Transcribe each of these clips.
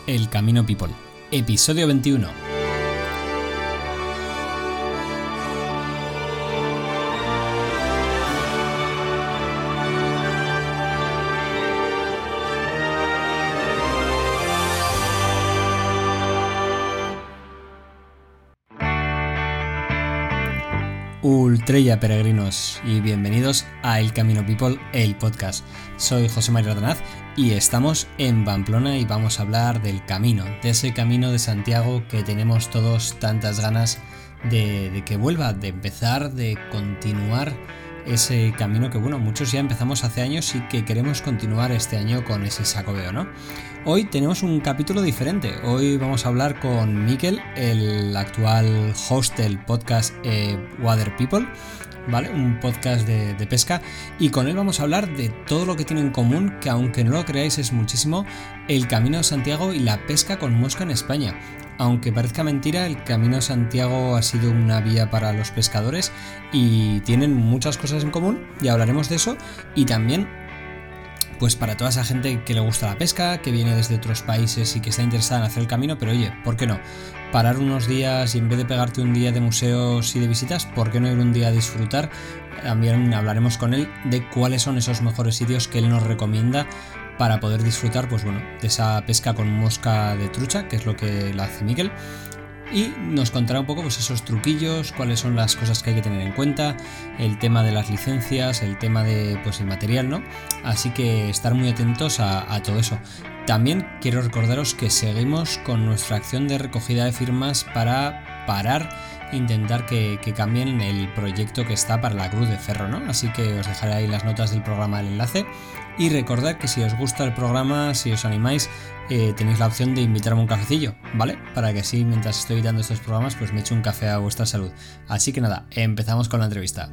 El Camino People, episodio 21. Ultrella peregrinos y bienvenidos a El Camino People, el podcast. Soy José María Ordonaz y estamos en Pamplona y vamos a hablar del camino, de ese camino de Santiago que tenemos todos tantas ganas de que vuelva, de empezar, de continuar ese camino que bueno, muchos ya empezamos hace años y que queremos continuar este año con ese sacobeo, ¿no? Hoy tenemos un capítulo diferente. Hoy vamos a hablar con Mikel, el actual host del podcast Water People, ¿vale? Un podcast de pesca, y con él vamos a hablar de todo lo que tiene en común, que aunque no lo creáis es muchísimo, el Camino de Santiago y la pesca con mosca en España. Aunque parezca mentira, el Camino de Santiago ha sido una vía para los pescadores y tienen muchas cosas en común, y hablaremos de eso. Y también pues para toda esa gente que le gusta la pesca, que viene desde otros países y que está interesada en hacer el camino, pero oye, ¿por qué no? Parar unos días y en vez de pegarte un día de museos y de visitas, ¿por qué no ir un día a disfrutar? También hablaremos con él de cuáles son esos mejores sitios que él nos recomienda para poder disfrutar, pues bueno, de esa pesca con mosca de trucha, que es lo que la hace Mikel. Y nos contará un poco pues esos truquillos, cuáles son las cosas que hay que tener en cuenta, el tema de las licencias, el tema de pues el material, ¿no? Así que estar muy atentos a todo eso. También quiero recordaros que seguimos con nuestra acción de recogida de firmas para intentar que cambien el proyecto que está para la Cruz de Ferro, ¿no? Así que os dejaré ahí en las notas del programa el enlace. Y recordad que si os gusta el programa, si os animáis, tenéis la opción de invitarme un cafecillo, ¿vale? Para que así, mientras estoy editando estos programas, pues me eche un café a vuestra salud. Así que nada, empezamos con la entrevista.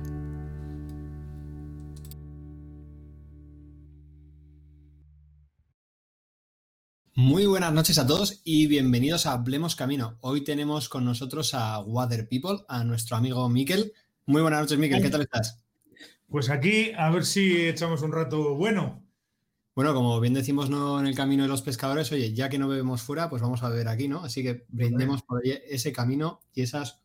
Muy buenas noches a todos y bienvenidos a Hablemos Camino. Hoy tenemos con nosotros a Water People, a nuestro amigo Mikel. Muy buenas noches, Mikel, ¿qué tal estás? Pues aquí, a ver si echamos un rato bueno. Bueno, como bien decimos, ¿no?, en el camino de los pescadores, oye, ya que no bebemos fuera, pues vamos a beber aquí, ¿no? Así que brindemos por ese camino y esas...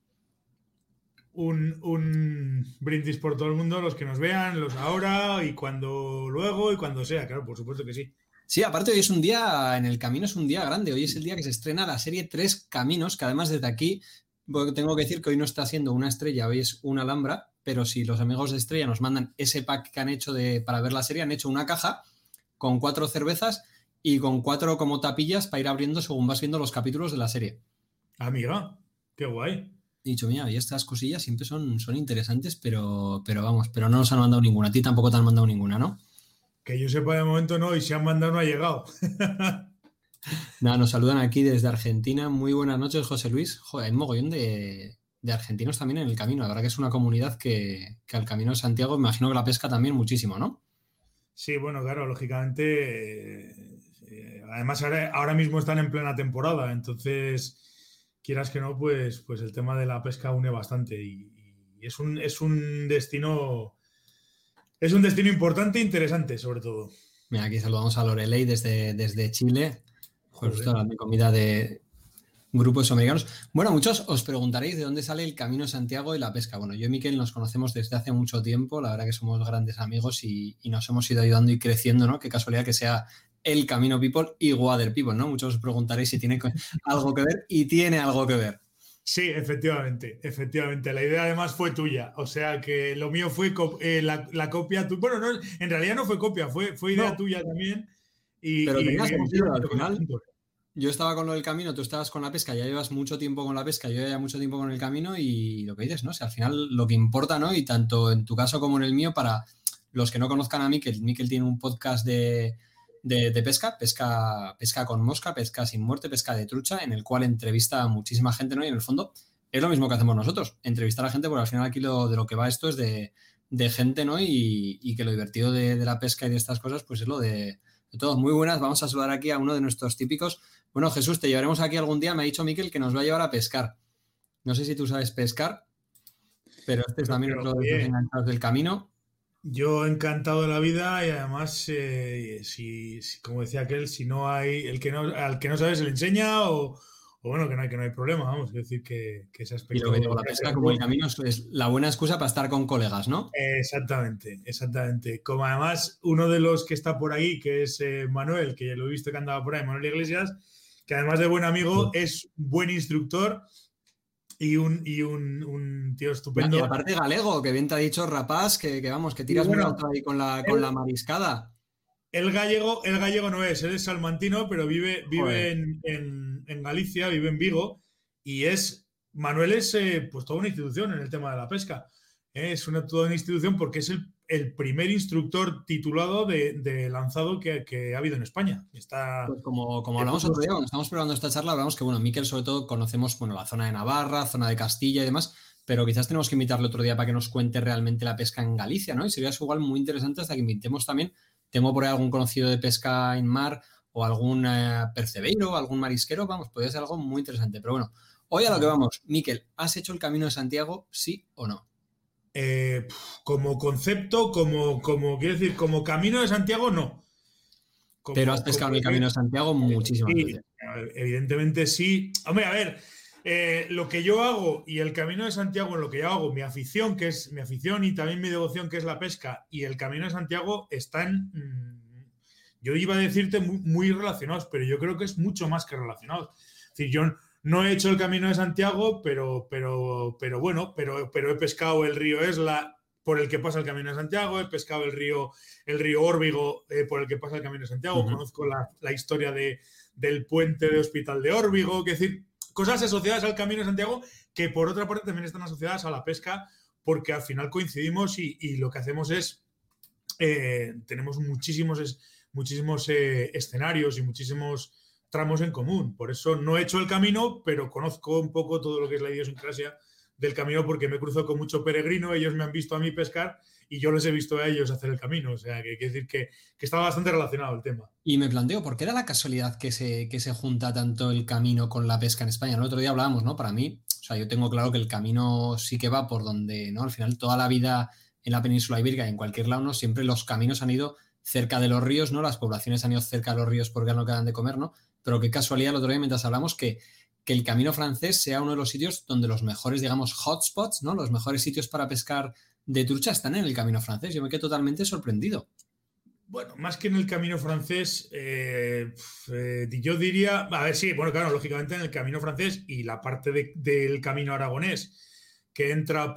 Un brindis por todo el mundo, los que nos vean, los ahora y cuando luego y cuando sea, claro, por supuesto que sí. Sí, aparte hoy es un día, en el camino es un día grande, hoy es el día que se estrena la serie Tres Caminos, que además desde aquí tengo que decir que hoy no está siendo una estrella, hoy es una alhambra, pero si los amigos de Estrella nos mandan ese pack que han hecho para ver la serie, han hecho una caja con 4 cervezas y con 4 como tapillas para ir abriendo según vas viendo los capítulos de la serie. Amiga, qué guay. He dicho, mira, y estas cosillas siempre son interesantes, pero no nos han mandado ninguna. A ti tampoco te han mandado ninguna, ¿no? Que yo sepa de momento no, y si han mandado no ha llegado. Nada, nos saludan aquí desde Argentina. Muy buenas noches, José Luis. Joder, hay un mogollón de argentinos también en el camino. La verdad que es una comunidad que al Camino de Santiago, me imagino que la pesca también muchísimo, ¿no? Sí, bueno, claro, lógicamente. Además, ahora mismo están en plena temporada, entonces, quieras que no, pues el tema de la pesca une bastante y es un destino. Es un destino importante e interesante, sobre todo. Mira, aquí saludamos a Lorelei desde Chile. Justo hablando de comida de grupos americanos. Bueno, muchos os preguntaréis de dónde sale el Camino de Santiago y la pesca. Bueno, yo y Mikel nos conocemos desde hace mucho tiempo. La verdad que somos grandes amigos y nos hemos ido ayudando y creciendo, ¿no? Qué casualidad que sea el Camino People y Water People, ¿no? Muchos os preguntaréis si tiene algo que ver, y tiene algo que ver. Sí, efectivamente. La idea además fue tuya. O sea que lo mío fue la copia. Bueno, no, en realidad no fue copia, fue idea tuya también. Pero tenías sentido al final. Yo estaba con lo del camino, tú estabas con la pesca, ya llevas mucho tiempo con la pesca, yo ya mucho tiempo con el camino, y lo que dices, ¿no? O sea, al final lo que importa, ¿no? Y tanto en tu caso como en el mío, para los que no conozcan a Mikel tiene un podcast de pesca con mosca, pesca sin muerte, pesca de trucha, en el cual entrevista a muchísima gente, ¿no? Y en el fondo es lo mismo que hacemos nosotros, entrevistar a gente, porque al final aquí de lo que va esto es de gente, ¿no? Y que lo divertido de la pesca y de estas cosas, pues es lo de todos. Muy buenas, vamos a saludar aquí a uno de nuestros típicos. Bueno, Jesús, te llevaremos aquí algún día, me ha dicho Mikel que nos va a llevar a pescar. No sé si tú sabes pescar, pero este es también otro de los enganchados del camino. Yo encantado de la vida y además, como decía aquel, si no hay, al que no sabe se le enseña o bueno, que no hay problema, vamos, es decir, que ese Y lo que digo, aspecto la pesca como el recreativo. camino es la buena excusa para estar con colegas, ¿no? Exactamente, exactamente. Como además uno de los que está por ahí, que es Manuel, que ya lo he visto que andaba por ahí, Manuel Iglesias, que además de buen amigo Sí. es buen instructor y un tío Y estupendo. aparte galego, que bien te ha dicho Rapaz, que vamos, que Y tiras muy bueno, alto ahí con la él, mariscada. el gallego no es, él es salmantino, pero vive Joder. en Galicia, vive en Vigo, y Manuel es pues toda una institución en el tema de la pesca. Es toda una institución porque es el primer instructor titulado de lanzado que ha habido en España. Está Pues como de hablamos otro todos. día, cuando estamos preparando esta charla, hablamos que, bueno, Miquel sobre todo conocemos, bueno, la zona de Navarra, zona de Castilla y demás, pero quizás tenemos que invitarle otro día para que nos cuente realmente la pesca en Galicia, ¿no? Y sería eso igual muy interesante hasta que invitemos también, tengo por ahí algún conocido de pesca en mar o algún percebeiro, algún marisquero, vamos, podría ser algo muy interesante. Pero bueno, hoy a lo que vamos. Miquel, ¿has hecho el Camino de Santiago, sí o no? Como concepto, quiero decir, como camino de Santiago, no. Pero has Como pescado en el Camino de Santiago muchísimas sí, veces. evidentemente sí. Hombre, a ver, lo que yo hago y el Camino de Santiago en lo que yo hago, mi afición, que es mi afición y también mi devoción, que es la pesca, y el Camino de Santiago están, yo iba a decirte muy relacionados, pero yo creo que es mucho más que relacionados. Es decir, yo no he hecho el Camino de Santiago, pero bueno, pero he pescado el río Esla por el que pasa el Camino de Santiago, he pescado el río Órbigo por el que pasa el Camino de Santiago, Ujú. conozco la historia del puente de Hospital de Órbigo, que decir, cosas asociadas al Camino de Santiago que por otra parte también están asociadas a la pesca porque al final coincidimos y lo que hacemos es, tenemos muchísimos escenarios y muchísimos tramos en común. Por eso no he hecho el camino, pero conozco un poco todo lo que es la idiosincrasia del camino porque me cruzo con mucho peregrino, ellos me han visto a mí pescar y yo les he visto a ellos hacer el camino. O sea, que quiere decir que está bastante relacionado el tema. Y me planteo, ¿por qué da la casualidad que se junta tanto el camino con la pesca en España? El otro día hablábamos, ¿no? Para mí, o sea, yo tengo claro que el camino sí que va por donde, ¿no? Al final, toda la vida en la península ibérica y en cualquier lado, ¿no? Siempre los caminos han ido cerca de los ríos, ¿no? Las poblaciones han ido cerca de los ríos porque no quedan de comer, ¿no? Pero qué casualidad el otro día mientras hablamos que el camino francés sea uno de los sitios donde los mejores, digamos, hotspots, ¿no? Los mejores sitios para pescar de trucha están en el camino francés. Yo me quedé totalmente sorprendido. Bueno, más que en el camino francés, yo diría, a ver, sí, bueno, claro, lógicamente en el camino francés y la parte del camino aragonés que entra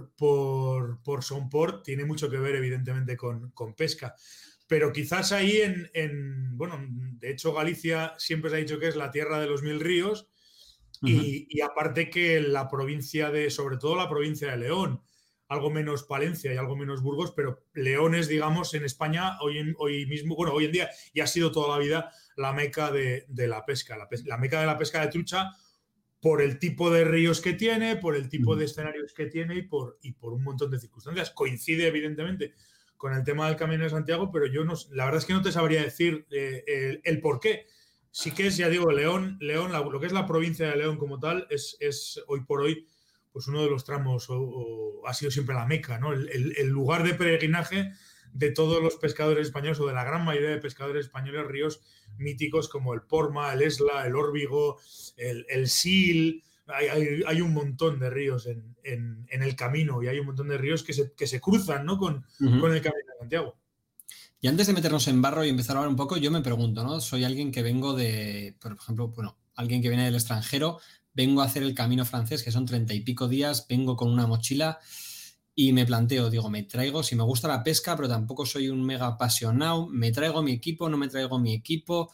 por Somport tiene mucho que ver, evidentemente, con pesca. Pero quizás ahí bueno, de hecho Galicia siempre se ha dicho que es la tierra de los 1000 ríos Ujú. y aparte que sobre todo la provincia de León, algo menos Palencia y algo menos Burgos, pero León es, digamos, en España hoy mismo, bueno, hoy en día y ha sido toda la vida la meca de la pesca, la meca de la pesca de trucha por el tipo de ríos que tiene, por el tipo Ujú. de escenarios que tiene y por un montón de circunstancias. Coincide, evidentemente, con el tema del Camino de Santiago, pero yo no, la verdad es que no te sabría decir el por qué. Sí que es, ya digo, León, lo que es la provincia de León como tal, es hoy por hoy pues uno de los tramos, o ha sido siempre la meca, ¿no? El lugar de peregrinaje de todos los pescadores españoles, o de la gran mayoría de pescadores españoles, ríos míticos como el Porma, el Esla, el Órbigo, el Sil. Hay un montón de ríos en el camino y hay un montón de ríos que se cruzan, ¿no? con Ujú. el Camino de Santiago. Y antes de meternos en barro y empezar a hablar un poco, yo me pregunto, ¿no? Soy alguien que vengo por ejemplo, bueno, alguien que viene del extranjero, vengo a hacer el camino francés, que son 30 y pico días, vengo con una mochila y me planteo, digo, me traigo, si me gusta la pesca, pero tampoco soy un mega apasionado, me traigo mi equipo, no me traigo mi equipo,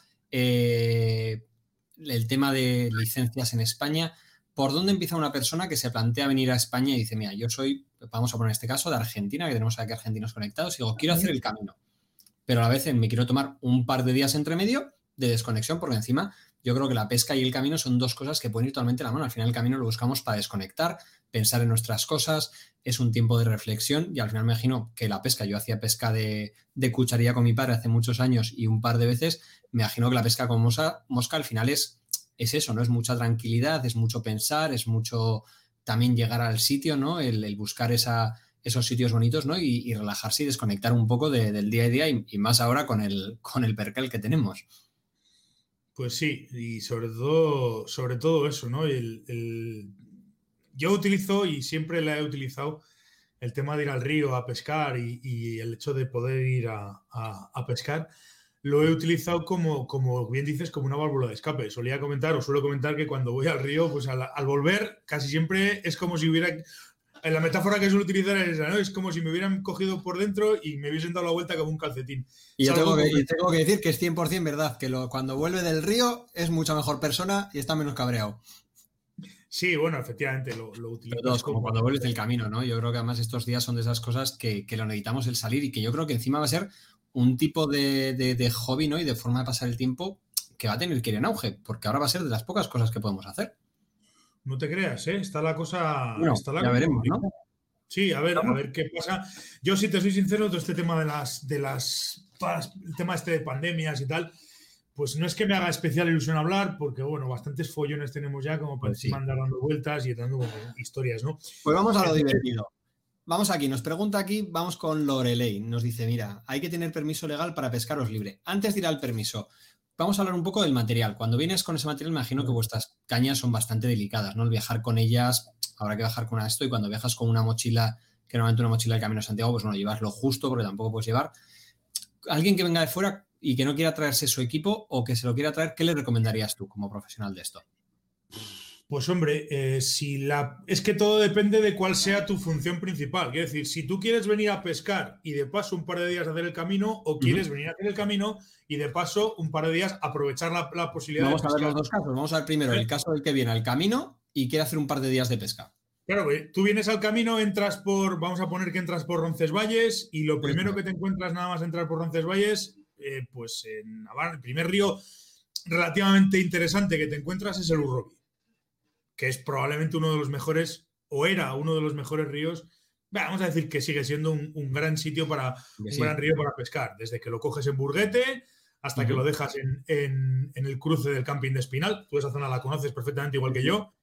el tema de licencias en España. ¿Por dónde empieza una persona que se plantea venir a España y dice, mira, yo soy, vamos a poner este caso, de Argentina, que tenemos aquí argentinos conectados, y digo, quiero hacer el camino, pero a la vez me quiero tomar un par de días entre medio de desconexión, porque encima yo creo que la pesca y el camino son dos cosas que pueden ir totalmente de la mano. Al final el camino lo buscamos para desconectar, pensar en nuestras cosas, es un tiempo de reflexión y al final me imagino que la pesca, yo hacía pesca de cucharilla con mi padre hace muchos años y un par de veces, me imagino que la pesca con mosca al final es eso, ¿no? Es mucha tranquilidad, es mucho pensar, es mucho también llegar al sitio, ¿no? El buscar esos sitios bonitos, ¿no? Y relajarse y desconectar un poco del día a día y más ahora con el percal que tenemos. Pues sí, y sobre todo eso, ¿no? Yo utilizo y siempre la he utilizado el tema de ir al río a pescar y el hecho de poder ir a pescar, lo he utilizado como bien dices, como una válvula de escape. Suelo comentar que cuando voy al río, pues al volver, casi siempre es como si hubiera... La metáfora que suelo utilizar es esa, ¿no? Es como si me hubieran cogido por dentro y me hubiesen dado la vuelta como un calcetín. Y yo tengo que decir que es 100% verdad, que cuando vuelve del río es mucha mejor persona y está menos cabreado. Sí, bueno, efectivamente, lo utilizo. Todos, como cuando vuelves del camino, ¿no? Yo creo que además estos días son de esas cosas que lo necesitamos el salir y que yo creo que encima va a ser un tipo de hobby, ¿no? Y de forma de pasar el tiempo que va a tener que ir en auge, porque ahora va a ser de las pocas cosas que podemos hacer. No te creas, ¿eh? Está la cosa... Bueno, está la ya cosa veremos, complicada. ¿no? Sí, a ver qué pasa. Yo, si te soy sincero, todo este tema el tema este de pandemias y tal, pues no es que me haga especial ilusión hablar, porque bueno, bastantes follones tenemos ya como para Pues encima sí. andar dando vueltas y dando historias, ¿no? Pues vamos a lo divertido. Vamos aquí, nos pregunta aquí, vamos con Lorelei. Nos dice, mira, hay que tener permiso legal para pescaros libre. Antes de ir al permiso, vamos a hablar un poco del material. Cuando vienes con ese material, imagino que vuestras cañas son bastante delicadas, ¿no? El viajar con ellas, habrá que bajar con esto, y cuando viajas con una mochila, que normalmente una mochila del Camino de Santiago, pues bueno, llevas lo justo, porque tampoco puedes llevar. Alguien que venga de fuera y que no quiera traerse su equipo o que se lo quiera traer, ¿qué le recomendarías tú como profesional de esto? Pues hombre, es que todo depende de cuál sea tu función principal. Quiero decir, si tú quieres venir a pescar y de paso un par de días hacer el camino, o quieres venir a hacer el camino y de paso un par de días aprovechar la posibilidad Vamos de a ver pescar. los dos casos. Vamos a ver primero el caso del que viene al camino y quiere hacer un par de días de pesca. Claro, tú vienes al camino, vamos a poner que entras por Roncesvalles y lo primero que te encuentras nada más entrar por Roncesvalles, pues en Navarra, el primer río relativamente interesante que te encuentras es el Urrobi, que es probablemente uno de los mejores, o era uno de los mejores ríos. Vamos a decir que sigue siendo un gran sitio gran río para pescar, desde que lo coges en Burguete hasta que lo dejas en el cruce del camping de Espinal. Tú esa zona la conoces perfectamente igual que yo.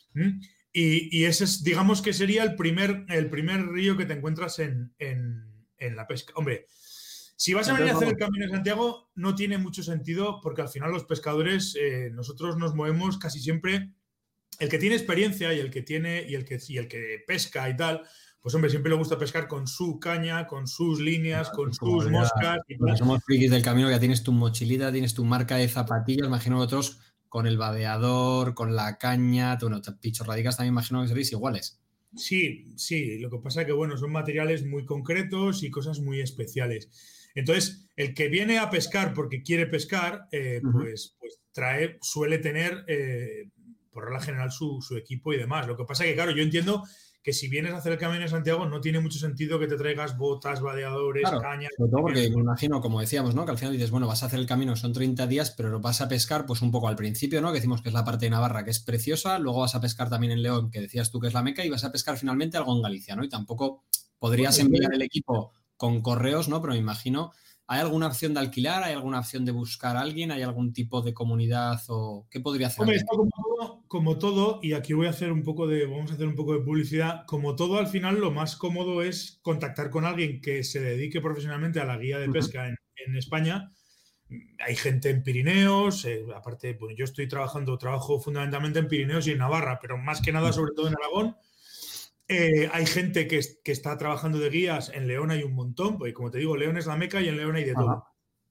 Y ese es, digamos que sería el primer río que te encuentras en la pesca. Hombre, si vas a venir a hacer el Camino de Santiago, no tiene mucho sentido, porque al final los pescadores, nosotros nos movemos casi siempre. El que tiene experiencia y el que pesca y tal, pues hombre, siempre le gusta pescar con su caña, con sus líneas, con sus moscas. Somos frikis del camino, ya tienes tu mochilita, tienes tu marca de zapatillas, imagino que otros con el vadeador, con la caña, bueno, pichorradicas también imagino que seréis iguales. Sí, lo que pasa es que, bueno, son materiales muy concretos y cosas muy especiales. Entonces, el que viene a pescar porque quiere pescar, pues suele tener, por regla general, su equipo y demás. Lo que pasa es que, claro, yo entiendo que si vienes a hacer el Camino de Santiago no tiene mucho sentido que te traigas botas, vadeadores, cañas. Sobre todo porque me imagino, como decíamos, ¿no? Que al final dices, bueno, vas a hacer el camino, son 30 días, pero lo vas a pescar pues un poco al principio, ¿no? Que decimos que es la parte de Navarra, que es preciosa, luego vas a pescar también en León, que decías tú que es la Meca, y vas a pescar finalmente algo en Galicia, ¿no? Y tampoco podrías enviar el equipo con correos, ¿no? Pero me imagino, ¿hay alguna opción de alquilar? ¿Hay alguna opción de buscar a alguien? ¿Hay algún tipo de comunidad o qué podría hacer? Hombre, esto como todo, y aquí vamos a hacer un poco de publicidad, como todo, al final lo más cómodo es contactar con alguien que se dedique profesionalmente a la guía de pesca en España. Hay gente en Pirineos, aparte, bueno, yo trabajo fundamentalmente en Pirineos y en Navarra, pero más que nada, sobre todo en Aragón. Hay gente que está trabajando de guías, en León hay un montón, porque como te digo, León es la Meca y en León hay de todo.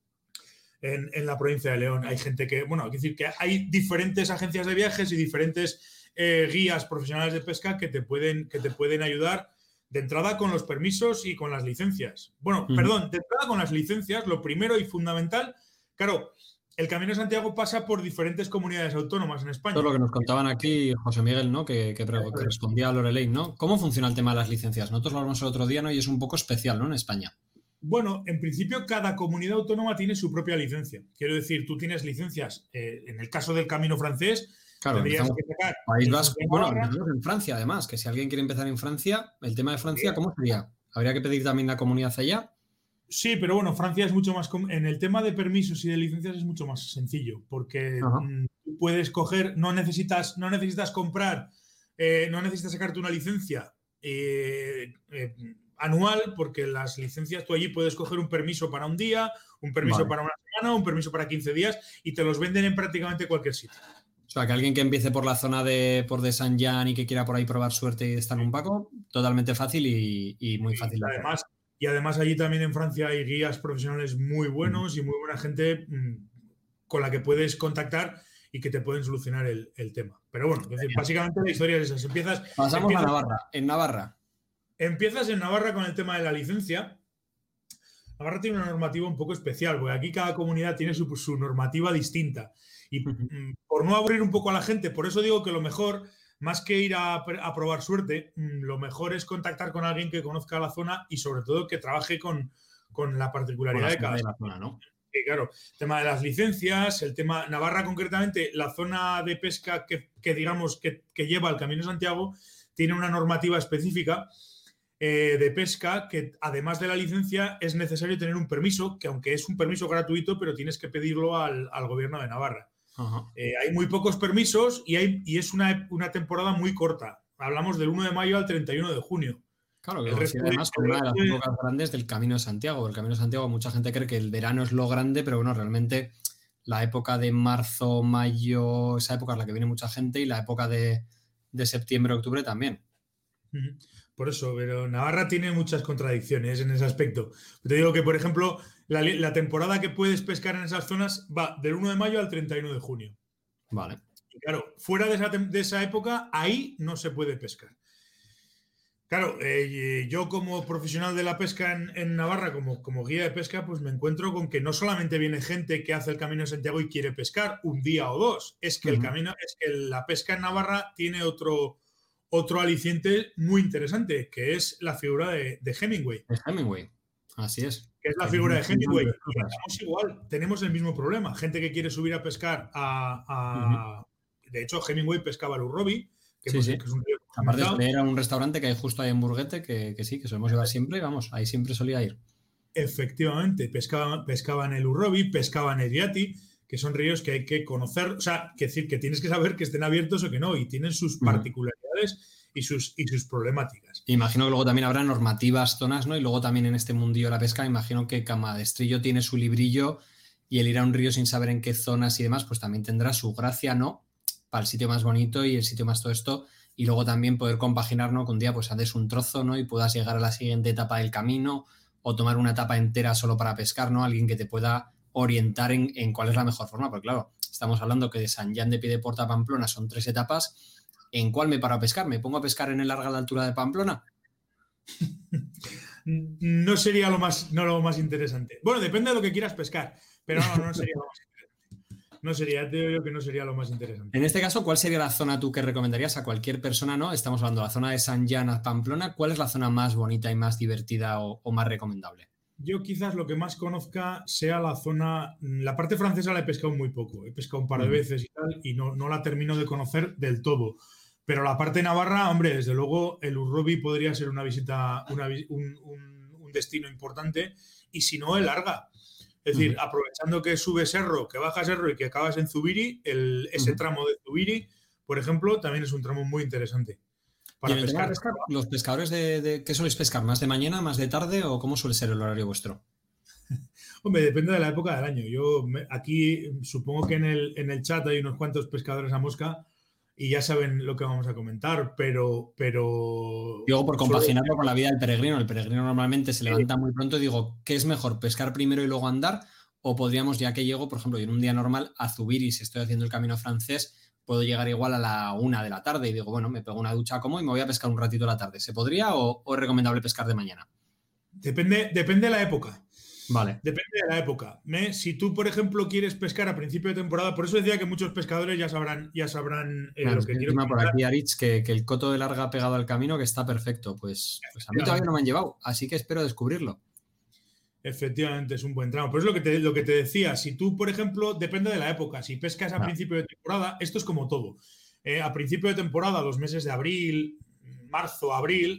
En la provincia de León hay gente que, bueno, hay que decir que hay diferentes agencias de viajes y diferentes guías profesionales de pesca que te pueden ayudar de entrada con los permisos y con las licencias. Bueno, perdón, de entrada con las licencias, lo primero y fundamental, claro, el Camino de Santiago pasa por diferentes comunidades autónomas en España. Todo lo que nos contaban aquí José Miguel, ¿no? Que respondía a Lorelei, ¿no? ¿Cómo funciona el tema de las licencias? Nosotros lo hablamos el otro día, ¿no? Y es un poco especial, ¿no? En España. Bueno, en principio cada comunidad autónoma tiene su propia licencia. Quiero decir, tú tienes licencias, en el caso del Camino francés, claro, tendrías que sacar... País Vasco, bueno, empezamos en Francia, además, que si alguien quiere empezar en Francia, el tema de Francia, ¿cómo sería? ¿Habría que pedir también la comunidad allá? Sí, pero bueno, Francia es mucho más... En el tema de permisos y de licencias es mucho más sencillo, porque puedes coger, no necesitas comprar, no necesitas sacarte una licencia anual, porque las licencias tú allí puedes coger un permiso para un día, un permiso para una semana, un permiso para 15 días y te los venden en prácticamente cualquier sitio. O sea, que alguien que empiece por la zona de San Jan y que quiera por ahí probar suerte y estar en un Paco, totalmente fácil y muy fácil. Y además allí también en Francia hay guías profesionales muy buenos y muy buena gente con la que puedes contactar y que te pueden solucionar el tema. Pero bueno, es decir, básicamente la historia es esa. Pasamos a Navarra. En Navarra. Empiezas en Navarra con el tema de la licencia. Navarra tiene una normativa un poco especial, porque aquí cada comunidad tiene su normativa distinta. Y por no aburrir un poco a la gente, por eso digo que lo mejor, más que ir a probar suerte, lo mejor es contactar con alguien que conozca la zona y sobre todo que trabaje con la particularidad de cada zona, ¿no? Sí, claro, el tema de las licencias, el tema Navarra concretamente, la zona de pesca que digamos que lleva el Camino de Santiago tiene una normativa específica de pesca que además de la licencia es necesario tener un permiso, que aunque es un permiso gratuito, pero tienes que pedirlo al gobierno de Navarra. Hay muy pocos permisos y es una temporada muy corta. Hablamos del 1 de mayo al 31 de junio. Claro, que además con una de las épocas grandes del Camino de Santiago. El Camino de Santiago, mucha gente cree que el verano es lo grande, pero bueno, realmente la época de marzo, mayo, esa época es la que viene mucha gente y la época de septiembre, octubre también. Por eso, pero Navarra tiene muchas contradicciones en ese aspecto. Te digo que, por ejemplo, la temporada que puedes pescar en esas zonas va del 1 de mayo al 31 de junio. Vale. Y claro, fuera de esa época, ahí no se puede pescar. Claro, yo como profesional de la pesca en Navarra, como guía de pesca, pues me encuentro con que no solamente viene gente que hace el Camino de Santiago y quiere pescar un día o dos, es que la pesca en Navarra tiene otro aliciente muy interesante, que es la figura de Hemingway. De Hemingway, así es. Que es la figura de Hemingway. Y estamos igual, tenemos el mismo problema. Gente que quiere subir a pescar De hecho, Hemingway pescaba el Urrobi, que es un río. Aparte era un restaurante que hay justo ahí en Burguete, que sí, que solemos llevar siempre, vamos, ahí siempre solía ir. Efectivamente, pescaban el Urrobi, pescaban el Yati, que son ríos que hay que conocer, o sea, que decir que tienes que saber que estén abiertos o que no, y tienen sus particularidades y sus problemáticas. Imagino que luego también habrá normativas, zonas, ¿no? Y luego también en este mundillo de la pesca, imagino que Camadestrillo tiene su librillo y el ir a un río sin saber en qué zonas y demás, pues también tendrá su gracia, ¿no? Para el sitio más bonito y el sitio más todo esto, y luego también poder compaginar, ¿no? Que un día pues andes un trozo, ¿no? Y puedas llegar a la siguiente etapa del camino o tomar una etapa entera solo para pescar, ¿no? Alguien que te pueda orientar en cuál es la mejor forma, porque claro, estamos hablando que de San Jan de Piedeporta a Pamplona son 3 etapas. ¿En cuál me paro a pescar? ¿Me pongo a pescar en el Larga de Altura de Pamplona? No sería lo más interesante. Bueno, depende de lo que quieras pescar, pero no sería lo más interesante. No sería, te digo que no sería lo más interesante. En este caso, ¿cuál sería la zona tú que recomendarías a cualquier persona, ¿no? Estamos hablando de la zona de San Jan a Pamplona. ¿Cuál es la zona más bonita y más divertida o más recomendable? Yo quizás lo que más conozca sea la zona. La parte francesa la he pescado muy poco. He pescado un par de veces y tal, y no la termino de conocer del todo. Pero la parte navarra, hombre, desde luego el Urrobi podría ser una visita, un destino importante, y si no, el Larga. Es decir, aprovechando que subes cerro, que bajas cerro y que acabas en Zubiri, ese tramo de Zubiri, por ejemplo, también es un tramo muy interesante. Para pescar. ¿Los pescadores qué soléis pescar? ¿Más de mañana, más de tarde o cómo suele ser el horario vuestro? Hombre, depende de la época del año. Yo aquí supongo que en el chat hay unos cuantos pescadores a mosca y ya saben lo que vamos a comentar, pero... Digo, por compaginarlo con la vida del peregrino. El peregrino normalmente se levanta muy pronto y digo, ¿qué es mejor, pescar primero y luego andar? O podríamos, ya que llego, por ejemplo, en un día normal a Zubiri, si estoy haciendo el camino francés, puedo llegar igual a la 1 de la tarde y digo, bueno, me pego una ducha como y me voy a pescar un ratito a la tarde. ¿Se podría o es recomendable pescar de mañana? Depende de la época. Vale. Depende de la época. Si tú, por ejemplo, quieres pescar a principio de temporada, por eso decía que muchos pescadores ya sabrán lo que quiero comentar. Por aquí, Aritz, que el coto de Larga pegado al camino, que está perfecto. Pues a mí todavía no me han llevado, así que espero descubrirlo. Efectivamente, es un buen tramo. Pero es lo que te decía. Si tú, por ejemplo, depende de la época. Si pescas a principio de temporada, esto es como todo. A principio de temporada, los meses de abril, marzo, abril,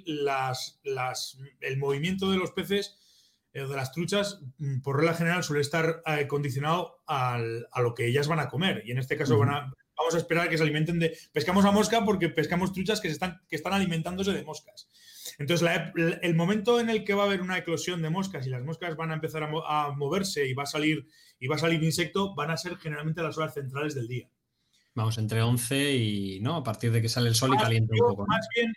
el movimiento de los peces, de las truchas, por regla general, suele estar condicionado a lo que ellas van a comer. Y en este caso vamos a esperar que se alimenten pescamos a mosca porque pescamos truchas que están alimentándose de moscas. Entonces, el momento en el que va a haber una eclosión de moscas y las moscas van a empezar a moverse y va a salir insecto, van a ser generalmente las horas centrales del día. Vamos, entre 11 y, ¿no? A partir de que sale el sol y calienta un poco, ¿no?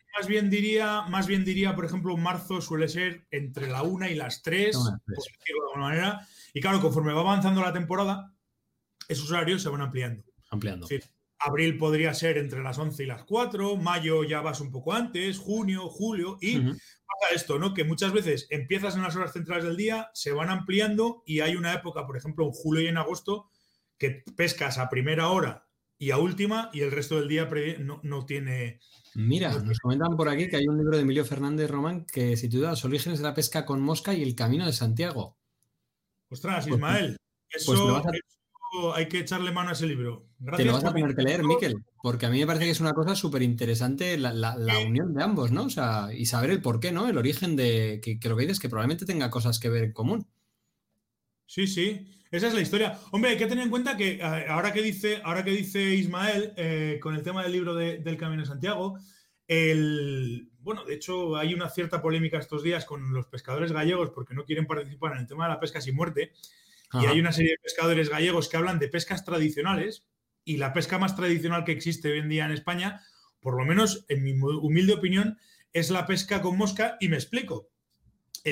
Más bien diría, por ejemplo, marzo suele ser entre la 1 y las 3, por decirlo de alguna manera. Y claro, conforme va avanzando la temporada, esos horarios se van ampliando. Es decir, abril podría ser entre las 11 y las 4, mayo ya vas un poco antes, junio, julio, y pasa esto, ¿no? Que muchas veces empiezas en las horas centrales del día, se van ampliando y hay una época, por ejemplo, en julio y en agosto, que pescas a primera hora y a última, y el resto del día no tiene... Mira, nos comentan por aquí que hay un libro de Emilio Fernández Román que se titula Los orígenes de la pesca con mosca y el camino de Santiago. Ostras, Ismael, eso hay que echarle mano a ese libro. Gracias. Te lo vas a tener que leer, Miquel, porque a mí me parece que es una cosa súper interesante la unión de ambos, ¿no? O sea, y saber el por qué, ¿no? El origen de que lo que dices, que probablemente tenga cosas que ver en común. Sí, esa es la historia. Hombre, hay que tener en cuenta que ahora que dice Ismael, con el tema del libro del Camino de Santiago, bueno, de hecho hay una cierta polémica estos días con los pescadores gallegos porque no quieren participar en el tema de la pesca sin muerte. Ajá. Y hay una serie de pescadores gallegos que hablan de pescas tradicionales, y la pesca más tradicional que existe hoy en día en España, por lo menos en mi humilde opinión, es la pesca con mosca, y me explico. El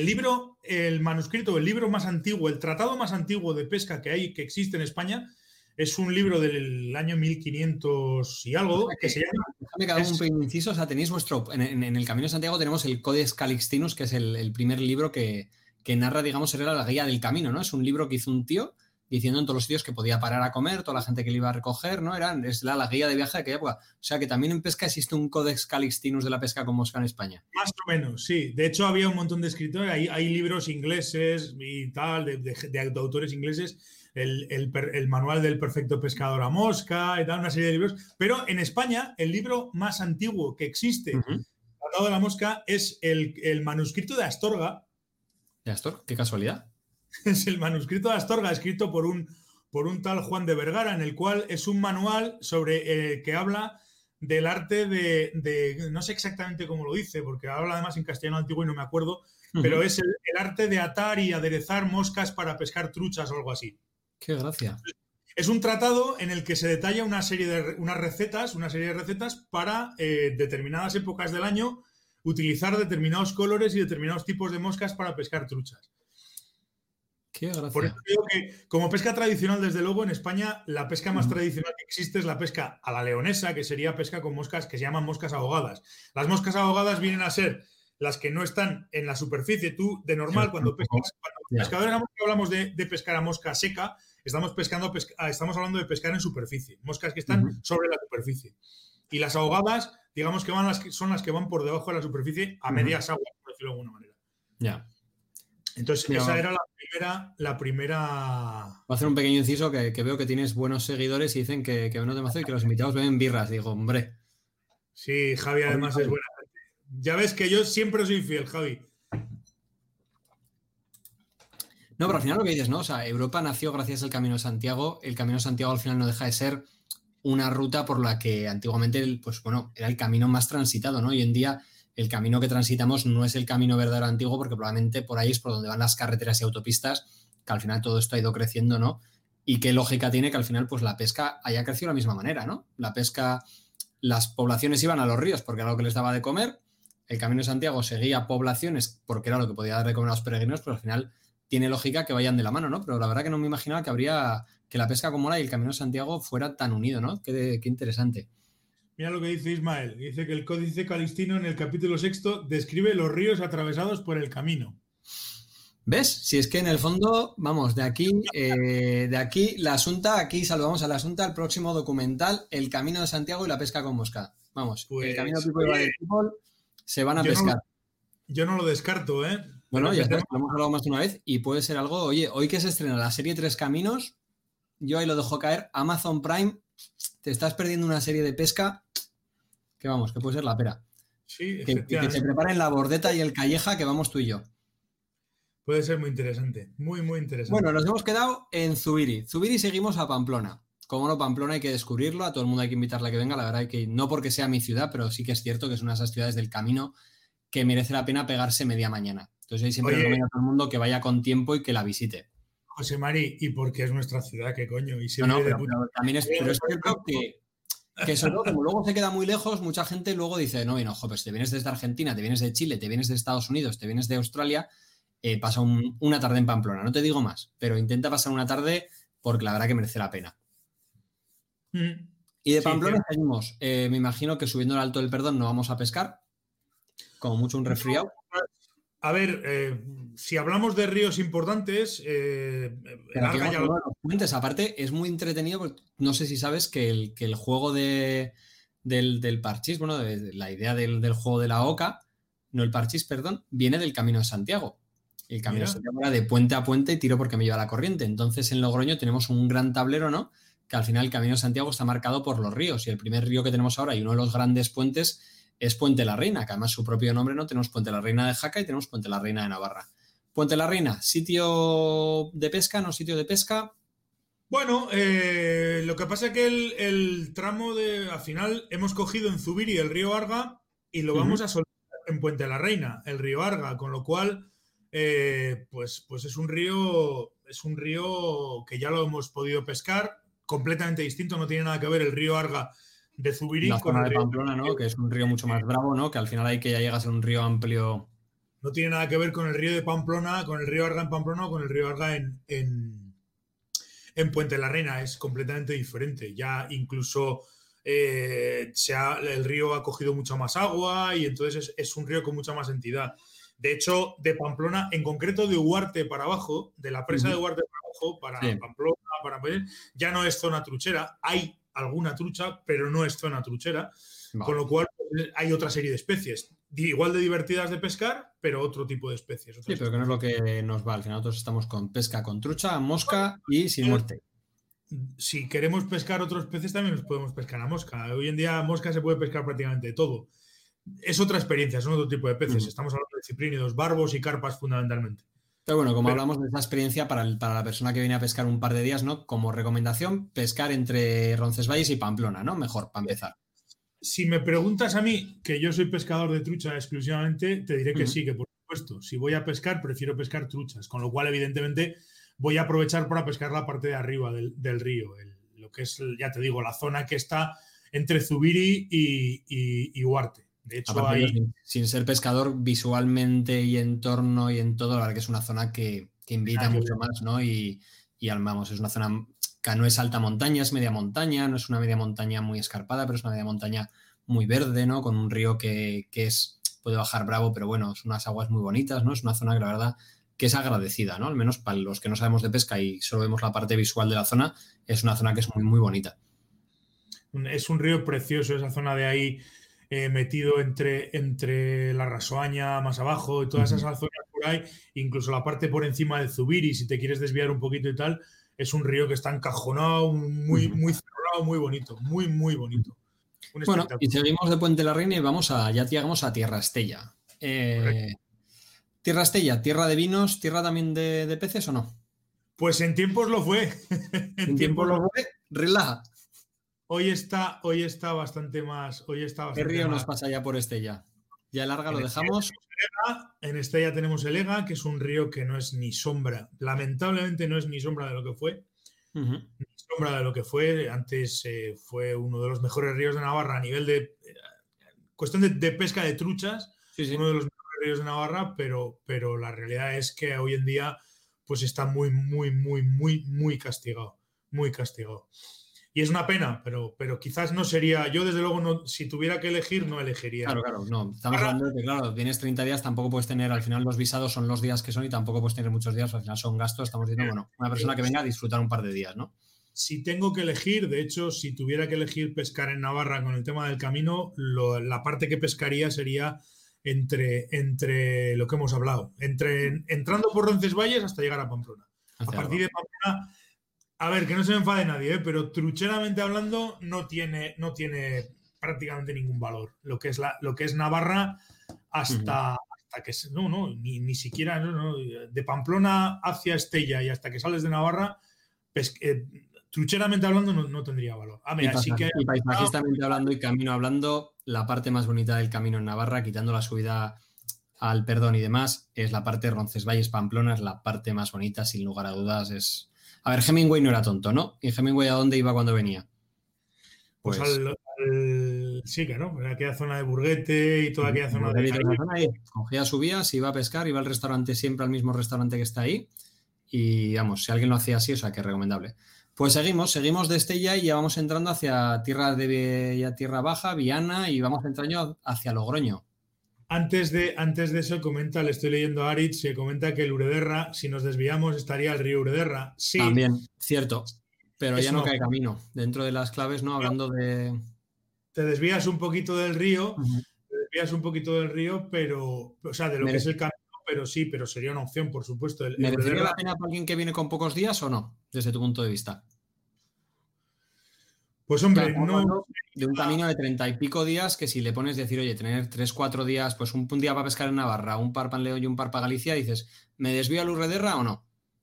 libro más antiguo, el tratado más antiguo de pesca que existe en España, es un libro del año 1500 y algo, que se llama... Déjame que haga un pequeño inciso. O sea, tenéis en el Camino de Santiago tenemos el Codex Calixtinus, que es el primer libro que narra, digamos, era la guía del camino, ¿no? Es un libro que hizo un tío diciendo en todos los sitios que podía parar a comer, toda la gente que le iba a recoger, ¿no? Es la guía de viaje de aquella época. O sea, que también en pesca existe un Codex Calixtinus de la pesca con mosca en España. Más o menos, sí. De hecho, había un montón de escritores, hay libros ingleses y tal, de autores ingleses, el manual del perfecto pescador a mosca y tal, una serie de libros. Pero en España, el libro más antiguo que existe, tratado de la mosca, es el manuscrito de Astorga. ¿De Astorga? ¿Qué casualidad? Es el manuscrito de Astorga, escrito por un tal Juan de Vergara, en el cual es un manual sobre que habla del arte de no sé exactamente cómo lo dice, porque habla además en castellano antiguo y no me acuerdo, pero es el arte de atar y aderezar moscas para pescar truchas o algo así. ¡Qué gracia! Es un tratado en el que se detalla una serie de recetas para determinadas épocas del año utilizar determinados colores y determinados tipos de moscas para pescar truchas. Qué gracia. Por eso digo que, como pesca tradicional, desde luego, en España la pesca más tradicional que existe es la pesca a la leonesa, que sería pesca con moscas que se llaman moscas ahogadas. Las moscas ahogadas vienen a ser las que no están en la superficie. Tú, de normal, cuando pescadores hablamos de pescar a mosca seca, estamos hablando de pescar en superficie, moscas que están sobre la superficie. Y las ahogadas, digamos que son las que van por debajo de la superficie a medias aguas, por decirlo de alguna manera. Ya. Entonces, esa era la primera... Voy a hacer un pequeño inciso que veo que tienes buenos seguidores y dicen que no te mazo y que los invitados beben birras. Digo, hombre. Sí, Javi además es buena gente. Ya ves que yo siempre soy fiel, Javi. No, pero al final lo que dices, ¿no? O sea, Europa nació gracias al Camino de Santiago. El Camino de Santiago al final no deja de ser una ruta por la que antiguamente, pues bueno, era el camino más transitado, ¿no? Hoy en día el camino que transitamos no es el camino verdadero antiguo, porque probablemente por ahí es por donde van las carreteras y autopistas, que al final todo esto ha ido creciendo, ¿no? Y qué lógica tiene que al final pues la pesca haya crecido de la misma manera, ¿no? La pesca, las poblaciones iban a los ríos porque era lo que les daba de comer, el Camino de Santiago seguía poblaciones porque era lo que podía dar de comer a los peregrinos, pero al final tiene lógica que vayan de la mano, ¿no? Pero la verdad que no me imaginaba que la pesca como la y el Camino de Santiago fuera tan unido, ¿no? Qué interesante. Mira lo que dice Ismael. Dice que el Códice Calixtino en el capítulo 6 describe los ríos atravesados por el camino. ¿Ves? Si es que en el fondo, vamos, de aquí la Asunta, aquí saludamos a la Asunta, el próximo documental, El Camino de Santiago y la pesca con mosca. Vamos, pues, el Camino de People se van a pescar. Yo no lo descarto, ¿eh? Bueno, ya está, lo hemos hablado más de una vez y puede ser algo, oye, hoy que se estrena la serie Tres Caminos, yo ahí lo dejo caer, Amazon Prime, te estás perdiendo una serie de pesca que vamos, que puede ser la pera. Sí, que se preparen la bordeta y el calleja que vamos tú y yo. Puede ser muy interesante, muy, muy interesante. Bueno, nos hemos quedado en Zubiri. Zubiri seguimos a Pamplona. Como no, Pamplona hay que descubrirlo, a todo el mundo hay que invitarle a que venga, la verdad que no porque sea mi ciudad, pero sí que es cierto que es una de esas ciudades del camino que merece la pena pegarse media mañana. Entonces ahí siempre recomiendo a todo el mundo que vaya con tiempo y que la visite. José Mari, ¿y porque es nuestra ciudad? ¿Qué coño? Y Pero también es cierto que sobre todo, como luego se queda muy lejos, mucha gente luego dice, no, pues te vienes desde Argentina, te vienes de Chile, te vienes de Estados Unidos, te vienes de Australia, pasa una tarde en Pamplona. No te digo más, pero intenta pasar una tarde porque la verdad que merece la pena. Y de Pamplona seguimos. Me imagino que subiendo el Alto del Perdón no vamos a pescar, como mucho un resfriado. A ver, si hablamos de ríos importantes, los puentes, aparte, es muy entretenido, porque no sé si sabes que el juego del parchís, bueno, la idea del juego de la oca, no el parchís, perdón, viene del Camino de Santiago. El Camino de Santiago era de puente a puente y tiro porque me lleva la corriente. Entonces, en Logroño tenemos un gran tablero, ¿no? Que al final el Camino de Santiago está marcado por los ríos, y el primer río que tenemos ahora y uno de los grandes puentes es Puente la Reina, que además su propio nombre, ¿no? Tenemos Puente la Reina de Jaca y tenemos Puente la Reina de Navarra. Puente la Reina, ¿sitio de pesca, no sitio de pesca? Bueno, lo que pasa es que el tramo al final hemos cogido en Zubiri el río Arga y lo vamos a soltar en Puente la Reina, el río Arga, con lo cual pues es un río que ya lo hemos podido pescar, completamente distinto, no tiene nada que ver el río Arga de Zubiri la zona de Pamplona, ¿no? Que es un río mucho más bravo, ¿no? Que al final hay que ya llegas a un río amplio. No tiene nada que ver con el río de Pamplona, con el río Arga en Pamplona o con el río Arga en Puente la Reina. Es completamente diferente. Ya incluso el río ha cogido mucha más agua y entonces es un río con mucha más entidad. De hecho, de Pamplona, en concreto de Huarte para abajo, de la presa de Huarte para abajo, para Pamplona, ya no es zona truchera. Hay alguna trucha, pero no es zona truchera, con lo cual hay otra serie de especies, igual de divertidas de pescar, pero otro tipo de especies. Sí, pero que no es lo que nos va. Al final nosotros estamos con pesca con trucha, mosca y sin muerte. Si queremos pescar otros peces, también nos podemos pescar a mosca. Hoy en día mosca se puede pescar prácticamente todo. Es otra experiencia, son otro tipo de peces. Estamos hablando de ciprínidos, barbos y carpas fundamentalmente. Pero bueno, como hablamos de esa experiencia para la persona que viene a pescar un par de días, ¿no? Como recomendación, pescar entre Roncesvalles y Pamplona, ¿no? Mejor, para empezar. Si me preguntas a mí, que yo soy pescador de trucha exclusivamente, te diré que sí, que por supuesto. Si voy a pescar, prefiero pescar truchas, con lo cual, evidentemente, voy a aprovechar para pescar la parte de arriba del río, lo que es, ya te digo, la zona que está entre Zubiri y Huarte. De hecho, sin ser pescador, visualmente y en torno y en todo, la verdad que es una zona que invita mucho más, ¿no? Y vamos, es una zona que no es alta montaña, es media montaña, no es una media montaña muy escarpada, pero es una media montaña muy verde, ¿no? Con un río que puede bajar bravo, pero bueno, son unas aguas muy bonitas, ¿no? Es una zona que la verdad que es agradecida, ¿no? Al menos para los que no sabemos de pesca y solo vemos la parte visual de la zona, es una zona que es muy, muy bonita. Es un río precioso, esa zona de ahí, metido entre la Rasoaña más abajo y todas esas zonas por ahí, incluso la parte por encima de Zubiri, si te quieres desviar un poquito y tal, es un río que está encajonado, muy, muy cerrado, muy bonito, muy, muy bonito. Bueno, y seguimos de Puente la Reina y ya llegamos a Tierra Estella. Tierra Estella, tierra de vinos, tierra también de peces, ¿o no? Pues en tiempos lo fue. en tiempos lo fue, relaja. Hoy está bastante más. ¿Qué río nos pasa ya por Estella? Ya el Arga lo dejamos. En Estella tenemos el Ega, que es un río que no es ni sombra. Lamentablemente no es ni sombra de lo que fue. Ni sombra de lo que fue. Antes fue uno de los mejores ríos de Navarra a nivel de cuestión de pesca de truchas. Sí. Uno de los mejores ríos de Navarra, pero la realidad es que hoy en día pues está muy, muy, muy, muy, muy castigado. Muy castigado. Y es una pena, pero quizás no sería. Yo, desde luego, no, si tuviera que elegir, no elegiría. Claro, no. Estamos hablando de que, claro, tienes 30 días, tampoco puedes tener, al final los visados son los días que son y tampoco puedes tener muchos días, al final son gastos. Estamos diciendo, bueno, una persona que venga a disfrutar un par de días, ¿no? Si tengo que elegir, de hecho, si tuviera que elegir pescar en Navarra con el tema del camino, la parte que pescaría sería entre lo que hemos hablado, entrando por Roncesvalles hasta llegar a Pamplona. A partir de Pamplona. A ver, que no se me enfade nadie, pero trucheramente hablando no tiene prácticamente ningún valor. Lo que es Navarra hasta que ni siquiera de Pamplona hacia Estella y hasta que sales de Navarra, trucheramente hablando no tendría valor. Y paisajistamente hablando y camino hablando, la parte más bonita del camino en Navarra, quitando la subida al Perdón y demás, es la parte de Roncesvalles, Pamplona, es la parte más bonita, sin lugar a dudas. A ver, Hemingway no era tonto, ¿no? ¿Y Hemingway a dónde iba cuando venía? Pues sí, claro, en aquella zona de Burguete y toda aquella zona de ahí. Cogía, subía, se iba a pescar, iba al restaurante, siempre al mismo restaurante que está ahí. Y vamos, si alguien lo hacía así, o sea, que es recomendable. Pues seguimos de Estella y ya vamos entrando hacia Tierra Baja, Viana, y vamos entrando hacia Logroño. Antes de eso, le estoy leyendo a Aritz, se comenta que el Urederra, si nos desviamos, estaría el río Urederra. Sí. También, cierto. Pero ya no cae camino. Dentro de las claves, ¿no? Hablando de... Te desvías un poquito del río, pero... O sea, de lo que es el camino, pero sería una opción, por supuesto. ¿Merecería la pena para alguien que viene con pocos días o no? Desde tu punto de vista. Pues hombre, no... De un camino de 30 y pico días que si le pones decir, oye, tener 3-4 días, pues un día para pescar en Navarra, un par para León y un par para Galicia, dices, ¿me desvío al Urederra o no?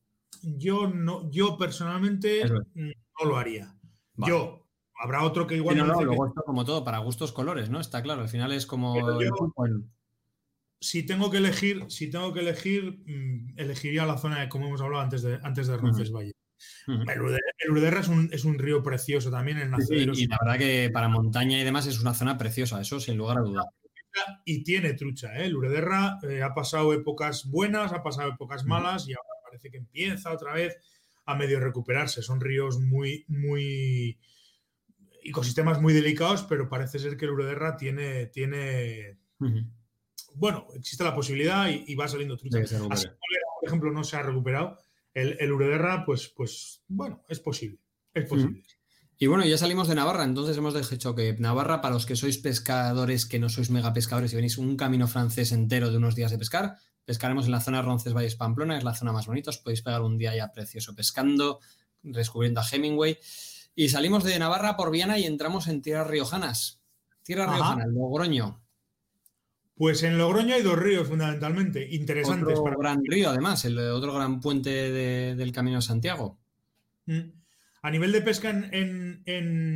Yo personalmente no lo haría. Vale. Habrá otro que igual... luego esto como todo, para gustos colores, ¿no? Está claro, al final es como... Si tengo que elegir, elegiría la zona, como hemos hablado antes de Roncesvalles. El Urederra es un río precioso también. Y la verdad que para montaña y demás es una zona preciosa, eso sin lugar a duda. Y tiene trucha, ¿eh? El Urederra ha pasado épocas buenas, ha pasado épocas malas y ahora parece que empieza otra vez a medio recuperarse. Son ríos muy ecosistemas muy delicados, pero parece ser que el Urederra tiene bueno, existe la posibilidad y va saliendo trucha. Así, por ejemplo, no se ha recuperado. El Urederra, pues bueno, es posible. Es posible. Y bueno, ya salimos de Navarra, entonces hemos dicho que Navarra, para los que sois pescadores, que no sois mega pescadores y venís un camino francés entero de unos días de pescar, pescaremos en la zona Roncesvalles Pamplona, es la zona más bonita, os podéis pegar un día ya precioso pescando, descubriendo a Hemingway. Y salimos de Navarra por Viana y entramos en tierras riojanas. Tierras riojanas, Logroño. Pues en Logroño hay dos ríos fundamentalmente interesantes. Otro gran río, además, el otro gran puente del Camino de Santiago. A nivel de pesca en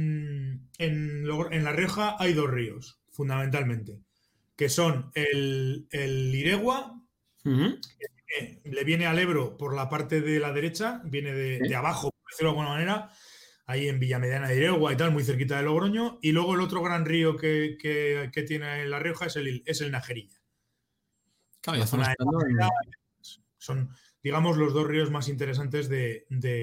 La Rioja hay dos ríos, fundamentalmente, que son el Iregua, que le viene al Ebro por la parte de la derecha, viene de abajo, por decirlo de alguna manera, ahí en Villamediana de Iregua y tal, muy cerquita de Logroño, y luego el otro gran río que tiene La Rioja es el Najerilla. Claro, son, digamos, los dos ríos más interesantes de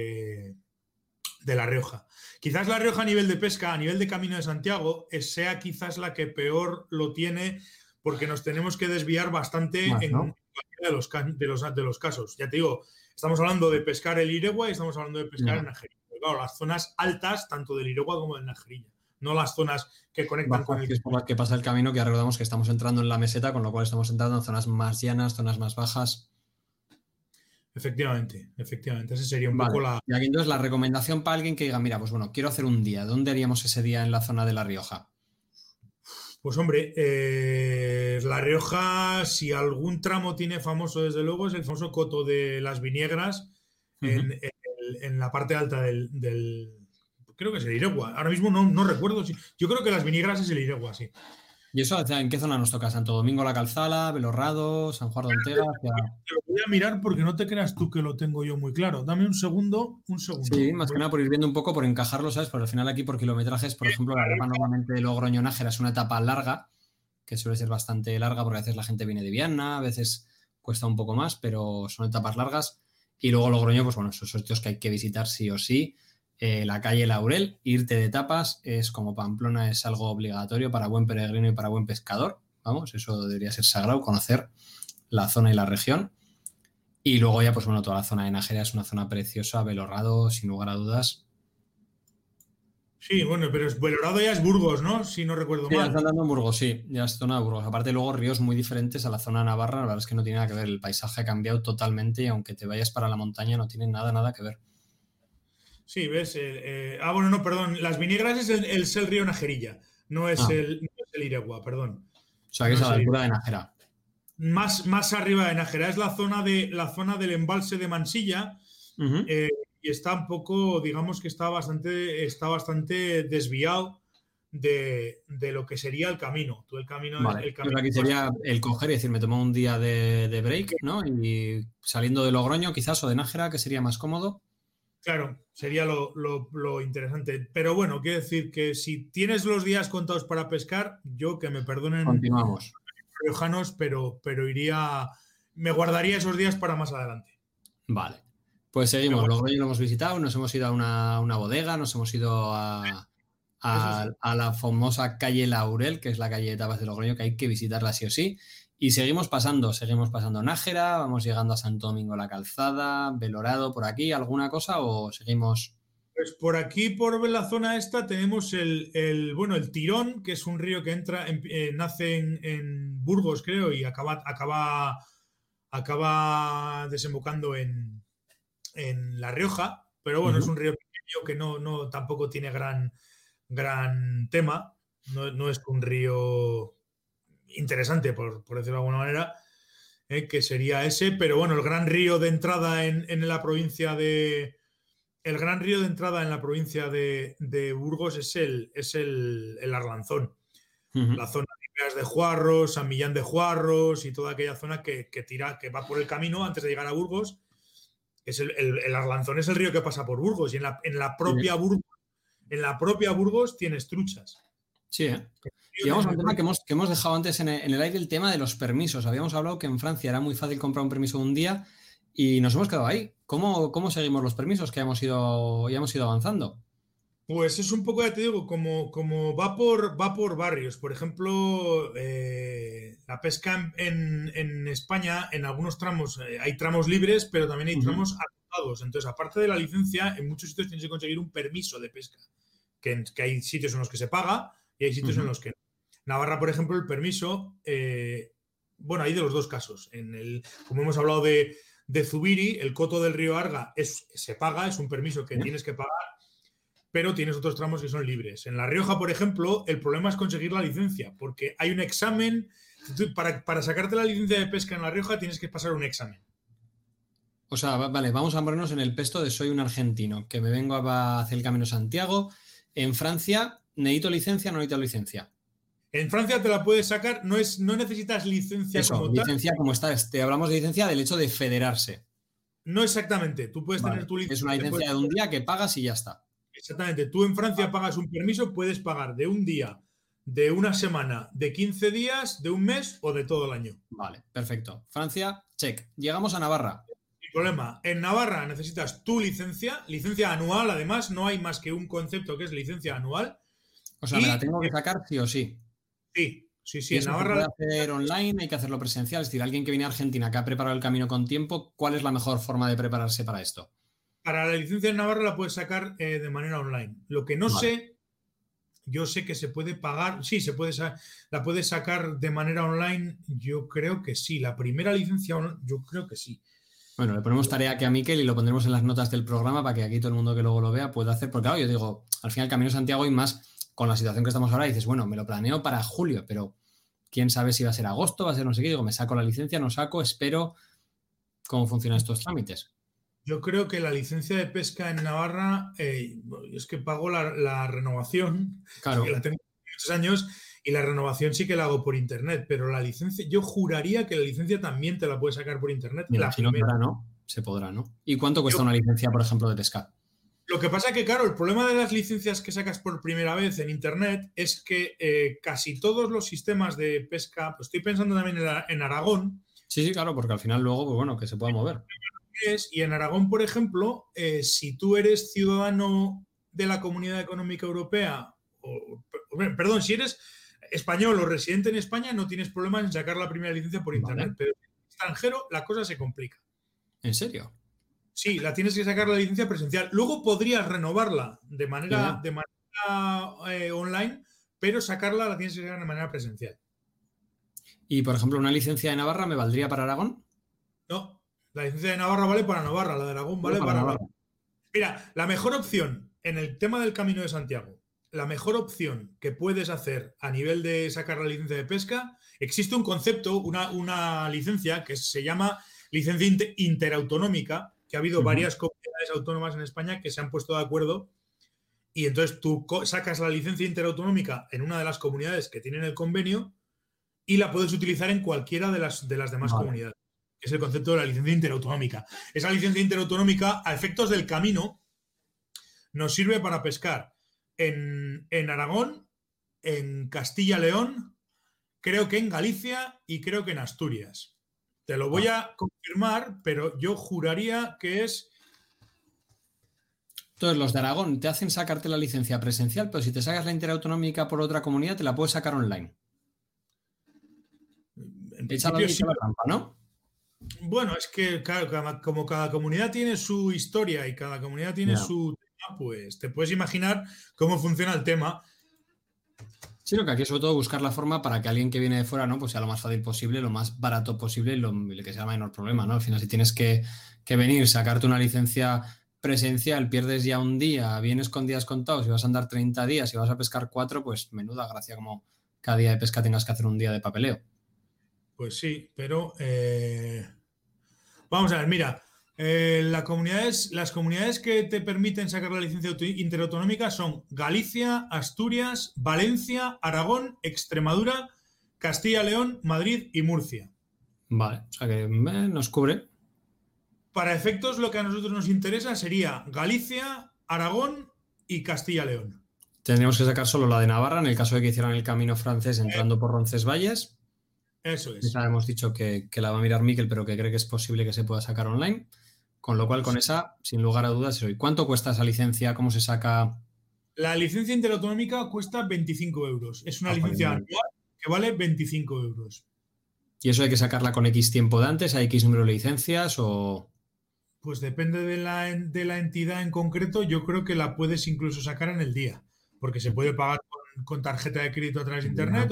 La Rioja. Quizás La Rioja a nivel de pesca, a nivel de Camino de Santiago, sea quizás la que peor lo tiene, porque nos tenemos que desviar bastante en cualquiera de los casos. Ya te digo, estamos hablando de pescar el Iregua y estamos hablando de pescar el Najerilla. Claro, las zonas altas, tanto del Iregua como del Najerilla, no las zonas que conectan con el... Es por las que pasa el camino, que ya recordamos que estamos entrando en la meseta, con lo cual estamos entrando en zonas más llanas, zonas más bajas. Efectivamente. Ese sería un poco la... Y aquí entonces la recomendación para alguien que diga, mira, pues bueno, quiero hacer un día. ¿Dónde haríamos ese día en la zona de La Rioja? Pues hombre, La Rioja, si algún tramo tiene famoso, desde luego, es el famoso coto de las Viñegras, en la parte alta del creo que es el Iregua. Ahora mismo no recuerdo. Yo creo que las Viñegras es el Iregua, sí. ¿Y eso en qué zona nos toca? ¿Santo Domingo la Calzala, Belorrado, San Juan de Ortega? Te lo voy a mirar porque no te creas tú que lo tengo yo muy claro. Dame un segundo. Sí, más que nada por ir viendo un poco, por encajarlo, ¿sabes? Porque al final aquí por kilometrajes, por ejemplo, la etapa normalmente de Logroño-Nájera es una etapa larga, que suele ser bastante larga porque a veces la gente viene de Viana, a veces cuesta un poco más, pero son etapas largas. Y luego Logroño, pues bueno, esos sitios que hay que visitar sí o sí. La calle Laurel, irte de tapas, es como Pamplona, es algo obligatorio para buen peregrino y para buen pescador. Vamos, eso debería ser sagrado, conocer la zona y la región. Y luego ya, pues bueno, toda la zona de Nájera es una zona preciosa, Belorrado, sin lugar a dudas. Sí, bueno, pero Belorrado ya es Burgos, ¿no? Si no recuerdo mal. Ya está dando en Burgos, sí, ya es zona de Burgos. Aparte luego ríos muy diferentes a la zona navarra, la verdad es que no tiene nada que ver. El paisaje ha cambiado totalmente y aunque te vayas para la montaña no tiene nada que ver. Sí, ves. Bueno, no, perdón. Las Viñegras es el río Najerilla, no es el Iregua, perdón. O sea, que es a la altura de Nájera. Más arriba de Nájera. Es la zona del embalse de Mansilla. Y está un poco, digamos que está bastante desviado de lo que sería el camino. Tú el camino, vale. el camino Aquí sería el coger y decir, me tomo un día de break, ¿no? Y saliendo de Logroño quizás o de Nájera, que sería más cómodo. Claro, sería lo interesante. Pero bueno, quiero decir que si tienes los días contados para pescar, yo que me perdonen Continuamos. riojanos, pero me guardaría esos días para más adelante. Vale. Pues seguimos. Logroño lo hemos visitado, nos hemos ido a una bodega, nos hemos ido a la famosa calle Laurel, que es la calle de tapas de Logroño, que hay que visitarla sí o sí. Y seguimos pasando Nájera, vamos llegando a Santo Domingo la Calzada, Belorado, por aquí, ¿alguna cosa o seguimos? Pues por aquí, por la zona esta, tenemos el Tirón, que es un río que nace en Burgos, creo, y acaba desembocando en La Rioja, pero bueno, es un río pequeño que no tampoco tiene gran tema, no es un río interesante, por decirlo de alguna manera, que sería ese, pero bueno, el gran río de entrada en la provincia de Burgos es el Arlanzón, la zona de Juarros, San Millán de Juarros y toda aquella zona que va por el camino antes de llegar a Burgos. Es el Arlanzón es el río que pasa por Burgos y en la propia Burgos tienes truchas. Sí, Y vamos a un tema que hemos dejado antes en el aire, el tema de los permisos. Habíamos hablado que en Francia era muy fácil comprar un permiso de un día y nos hemos quedado ahí. ¿Cómo seguimos los permisos que ya hemos ido avanzando? Pues es un poco, ya te digo, como va por barrios. Por ejemplo, la pesca en España, en algunos tramos hay tramos libres, pero también hay tramos acotados. Entonces, aparte de la licencia, en muchos sitios tienes que conseguir un permiso de pesca, que hay sitios en los que se paga y hay sitios en los que no. Navarra, por ejemplo, el permiso, hay de los dos casos. Como hemos hablado de Zubiri, el coto del río Arga se paga, es un permiso que tienes que pagar, pero tienes otros tramos que son libres. En La Rioja, por ejemplo, el problema es conseguir la licencia, porque hay un examen. Para sacarte la licencia de pesca en La Rioja tienes que pasar un examen. O sea, vale, vamos a ponernos en el pesto de soy un argentino, que me vengo a hacer el Camino Santiago. En Francia, ¿necesito licencia o no necesito licencia? En Francia te la puedes sacar, no necesitas licencia como tal. Licencia como está. Hablamos de licencia del hecho de federarse. No exactamente. Tú puedes tener tu licencia. Es una licencia de un día que pagas y ya está. Exactamente. Tú en Francia pagas un permiso, puedes pagar de un día, de una semana, de 15 días, de un mes o de todo el año. Vale, perfecto. Francia, check. Llegamos a Navarra. Sin problema. En Navarra necesitas tu licencia anual, además, no hay más que un concepto que es licencia anual. O sea, me la tengo que sacar sí o sí. Sí. ¿Y en Navarra se puede hacer online? ¿Hay que hacerlo presencial? Es decir, alguien que viene a Argentina, que ha preparado el camino con tiempo, ¿cuál es la mejor forma de prepararse para esto? Para la licencia en Navarra la puedes sacar de manera online. Lo que no sé, yo sé que se puede pagar, sí, la puedes sacar de manera online, yo creo que sí. La primera licencia, yo creo que sí. Bueno, le ponemos tarea aquí a Miquel y lo pondremos en las notas del programa para que aquí todo el mundo que luego lo vea pueda hacer, porque claro, yo digo, al final el Camino Santiago y más con la situación que estamos ahora, dices, bueno, me lo planeo para julio, pero quién sabe si va a ser agosto, va a ser no sé qué, digo, me saco la licencia, no saco, espero. ¿Cómo funcionan estos trámites? Yo creo que la licencia de pesca en Navarra, es que pago la renovación, claro, que la tengo muchos años, y la renovación sí que la hago por internet, pero la licencia, yo juraría que la licencia también te la puedes sacar por internet. Me imagino que ahora no, se podrá, ¿no? ¿Y cuánto cuesta una licencia, por ejemplo, de pescar? Lo que pasa es que, claro, el problema de las licencias que sacas por primera vez en internet es que casi todos los sistemas de pesca, pues estoy pensando también en Aragón. Sí, claro, porque al final luego, pues bueno, que se pueda mover. Y en Aragón, por ejemplo, si tú eres ciudadano de la Comunidad Económica Europea, si eres español o residente en España, no tienes problema en sacar la primera licencia por internet. Pero en extranjero la cosa se complica. ¿En serio? Sí, la tienes que sacar la licencia presencial. Luego podrías renovarla de manera online, pero sacarla la tienes que sacar de manera presencial. ¿Y, por ejemplo, una licencia de Navarra me valdría para Aragón? No, la licencia de Navarra vale para Navarra, la de Aragón vale para Navarra. Mira, la mejor opción en el tema del Camino de Santiago, la mejor opción que puedes hacer a nivel de sacar la licencia de pesca, existe un concepto, una licencia que se llama licencia interautonómica, que ha habido varias comunidades autónomas en España que se han puesto de acuerdo y entonces tú sacas la licencia interautonómica en una de las comunidades que tienen el convenio y la puedes utilizar en cualquiera de las demás comunidades. Es el concepto de la licencia interautonómica. Esa licencia interautonómica, a efectos del camino, nos sirve para pescar en Aragón, en Castilla-León, creo que en Galicia y creo que en Asturias. Te lo voy a confirmar, pero yo juraría que es... Entonces, los de Aragón te hacen sacarte la licencia presencial, pero si te sacas la interautonómica por otra comunidad, te la puedes sacar online. Echa la trampa, ¿no? Bueno, es que claro, como cada comunidad tiene su historia y cada comunidad tiene su tema, pues te puedes imaginar cómo funciona el tema. Sí, lo que aquí es sobre todo buscar la forma para que alguien que viene de fuera, ¿no? Pues sea lo más fácil posible, lo más barato posible y lo que sea el menor problema, ¿no? Al final, si tienes que venir, sacarte una licencia presencial, pierdes ya un día, vienes con días contados y vas a andar 30 días y vas a pescar 4, pues menuda gracia como cada día de pesca tengas que hacer un día de papeleo. Pues sí, pero vamos a ver, mira, las comunidades que te permiten sacar la licencia interautonómica son Galicia, Asturias, Valencia, Aragón, Extremadura, Castilla-León, Madrid y Murcia. Vale, o sea que nos cubre. Para efectos, lo que a nosotros nos interesa sería Galicia, Aragón y Castilla-León. Tendríamos que sacar solo la de Navarra en el caso de que hicieran el camino francés entrando por Roncesvalles. Eso es. Ya hemos dicho que la va a mirar Miquel, pero que cree que es posible que se pueda sacar online. Con lo cual, con esa, sin lugar a dudas, ¿y cuánto cuesta esa licencia? ¿Cómo se saca? La licencia interautonómica cuesta 25 euros. Es una licencia anual que vale 25 euros. ¿Y eso hay que sacarla con X tiempo de antes? ¿Hay X número de licencias o...? Pues depende de la entidad en concreto. Yo creo que la puedes incluso sacar en el día, porque se puede pagar con tarjeta de crédito a través de internet.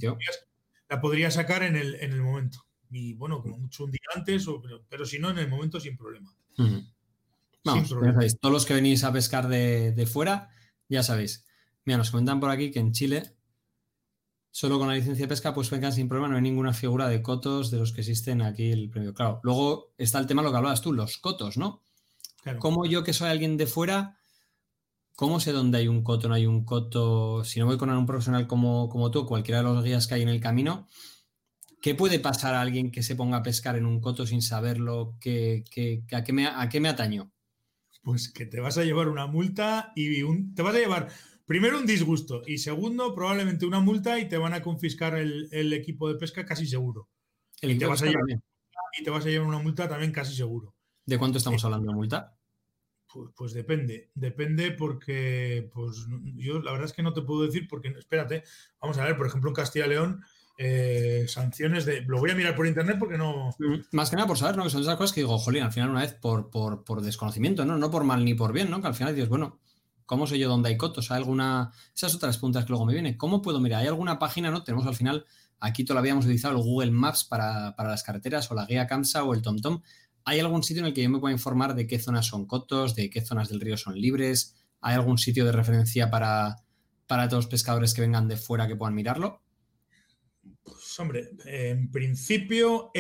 La podría sacar en el momento. Y bueno, como mucho un día antes, pero si no, en el momento sin problema. Vamos, sin problema. Ya sabéis, todos los que venís a pescar de fuera, ya sabéis. Mira, nos comentan por aquí que en Chile, solo con la licencia de pesca, pues vengan sin problema, no hay ninguna figura de cotos de los que existen aquí el premio. Claro, luego está el tema, lo que hablabas tú, los cotos, ¿no? Claro. Como yo, que soy alguien de fuera, ¿cómo sé dónde hay un coto, no hay un coto? Si no voy con un profesional como tú, cualquiera de los guías que hay en el camino, ¿qué puede pasar a alguien que se ponga a pescar en un coto sin saberlo? ¿A qué me ataño? Pues que te vas a llevar una multa y te vas a llevar primero un disgusto y segundo probablemente una multa y te van a confiscar el equipo de pesca casi seguro. Y te vas a llevar una multa también casi seguro. ¿De cuánto estamos hablando de multa? Pues depende porque pues yo la verdad es que no te puedo decir porque, espérate, vamos a ver, por ejemplo en Castilla y León sanciones lo voy a mirar por internet porque no... Más que nada por saber, ¿no? Que son esas cosas que digo, jolín, al final una vez por desconocimiento, ¿no? No por mal ni por bien, ¿no? Que al final dices, bueno, ¿cómo sé yo dónde hay cotos? ¿Hay alguna...? Esas otras preguntas que luego me vienen. ¿Cómo puedo mirar? ¿Hay alguna página, no? Tenemos al final, aquí todavía hemos utilizado el Google Maps para las carreteras o la guía Camsa o el TomTom. ¿Hay algún sitio en el que yo me pueda informar de qué zonas son cotos, de qué zonas del río son libres? ¿Hay algún sitio de referencia para todos los pescadores que vengan de fuera que puedan mirarlo? Pues hombre, en principio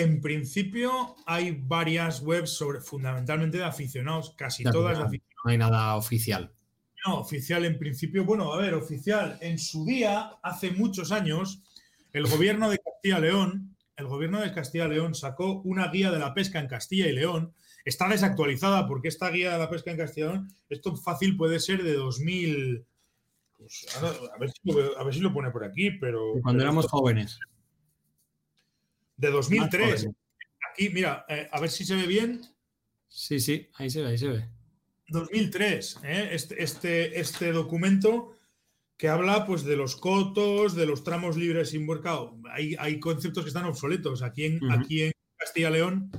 hay varias webs fundamentalmente de aficionados, casi todas de aficionados. No hay nada oficial. No, oficial en principio, bueno, a ver, oficial. En su día, hace muchos años, el gobierno de Castilla y León sacó una guía de la pesca en Castilla y León. Está desactualizada porque esta guía de la pesca en Castilla y León, esto fácil puede ser de 2000... Pues, a ver si lo pone por aquí, pero... Cuando éramos jóvenes. De 2003. Aquí, mira, a ver si se ve bien. Sí, ahí se ve. 2003, este documento que habla pues de los cotos, de los tramos libres sin mercado. Hay conceptos que están obsoletos. Aquí en Castilla y León,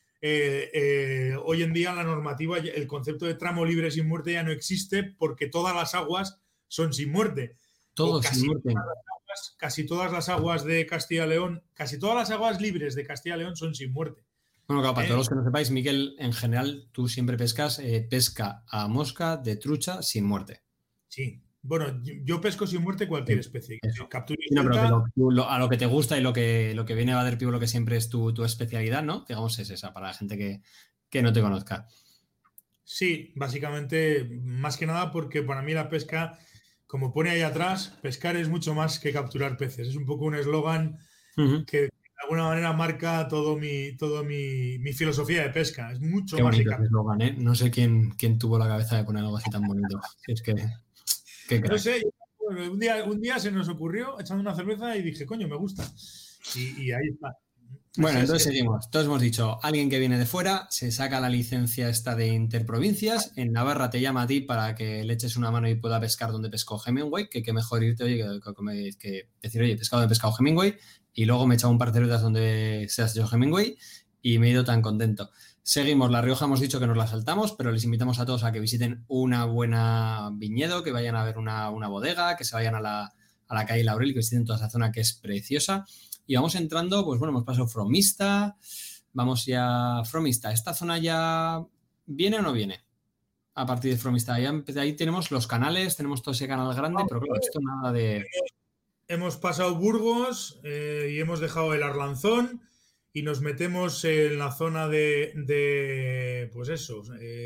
hoy en día la normativa, el concepto de tramo libre sin muerte ya no existe porque todas las aguas son sin muerte. Sin muerte. Casi todas las aguas de Castilla y León, casi todas las aguas libres de Castilla y León son sin muerte. Bueno, claro, para todos los que no sepáis, Miquel, en general, tú siempre pescas pesca a mosca de trucha sin muerte. Sí. Bueno, yo pesco sin muerte cualquier especie. Captura y suelta. Pero a lo que te gusta y lo que viene a Baderpío, lo que siempre es tu especialidad, ¿no? Digamos, es esa, para la gente que no te conozca. Sí, básicamente, más que nada porque para mí la pesca, como pone ahí atrás, pescar es mucho más que capturar peces. Es un poco un eslogan Ujú. que de alguna manera marca mi filosofía de pesca. Es mucho Qué más que bonito ese capturar. eslogan, ¿eh? No sé quién tuvo la cabeza de poner algo así tan bonito. Si es que, qué No crack. sé, bueno, un día se nos ocurrió echando una cerveza y dije, coño, me gusta. Y ahí está. Bueno, entonces Es seguimos. Todos hemos dicho, alguien que viene de fuera se saca la licencia esta de interprovincias. En Navarra te llama a ti para que le eches una mano y pueda pescar donde pescó Hemingway, que qué mejor irte, oye, que decir, oye, pescado donde pescado Hemingway, y luego me he echado un par de cervezas donde se has hecho Hemingway y me he ido tan contento. Seguimos, La Rioja hemos dicho que nos la saltamos, pero les invitamos a todos a que visiten una buena viñedo, que vayan a ver una bodega, que se vayan a la calle Laurel, que visiten toda esa zona que es preciosa. Y vamos entrando, pues bueno, hemos pasado Fromista, vamos ya Fromista. ¿Esta zona ya viene o no viene? A partir de Fromista, ya ahí tenemos los canales, tenemos todo ese canal grande, pero claro, esto nada de... Hemos pasado Burgos y hemos dejado el Arlanzón y nos metemos en la zona pues eso,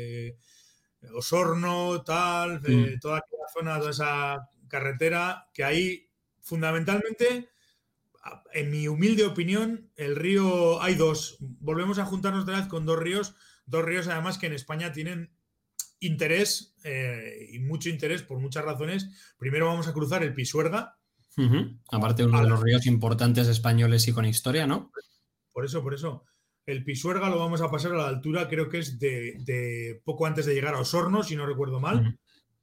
Osorno, tal, toda aquella zona, toda esa carretera, que ahí fundamentalmente, en mi humilde opinión, el río, hay dos. Volvemos a juntarnos otra vez con dos ríos además que en España tienen interés y mucho interés por muchas razones. Primero vamos a cruzar el Pisuerga. Aparte uno de los ríos importantes españoles y con historia, ¿no? Por eso. El Pisuerga lo vamos a pasar a la altura, creo que es de poco antes de llegar a Osorno, si no recuerdo mal.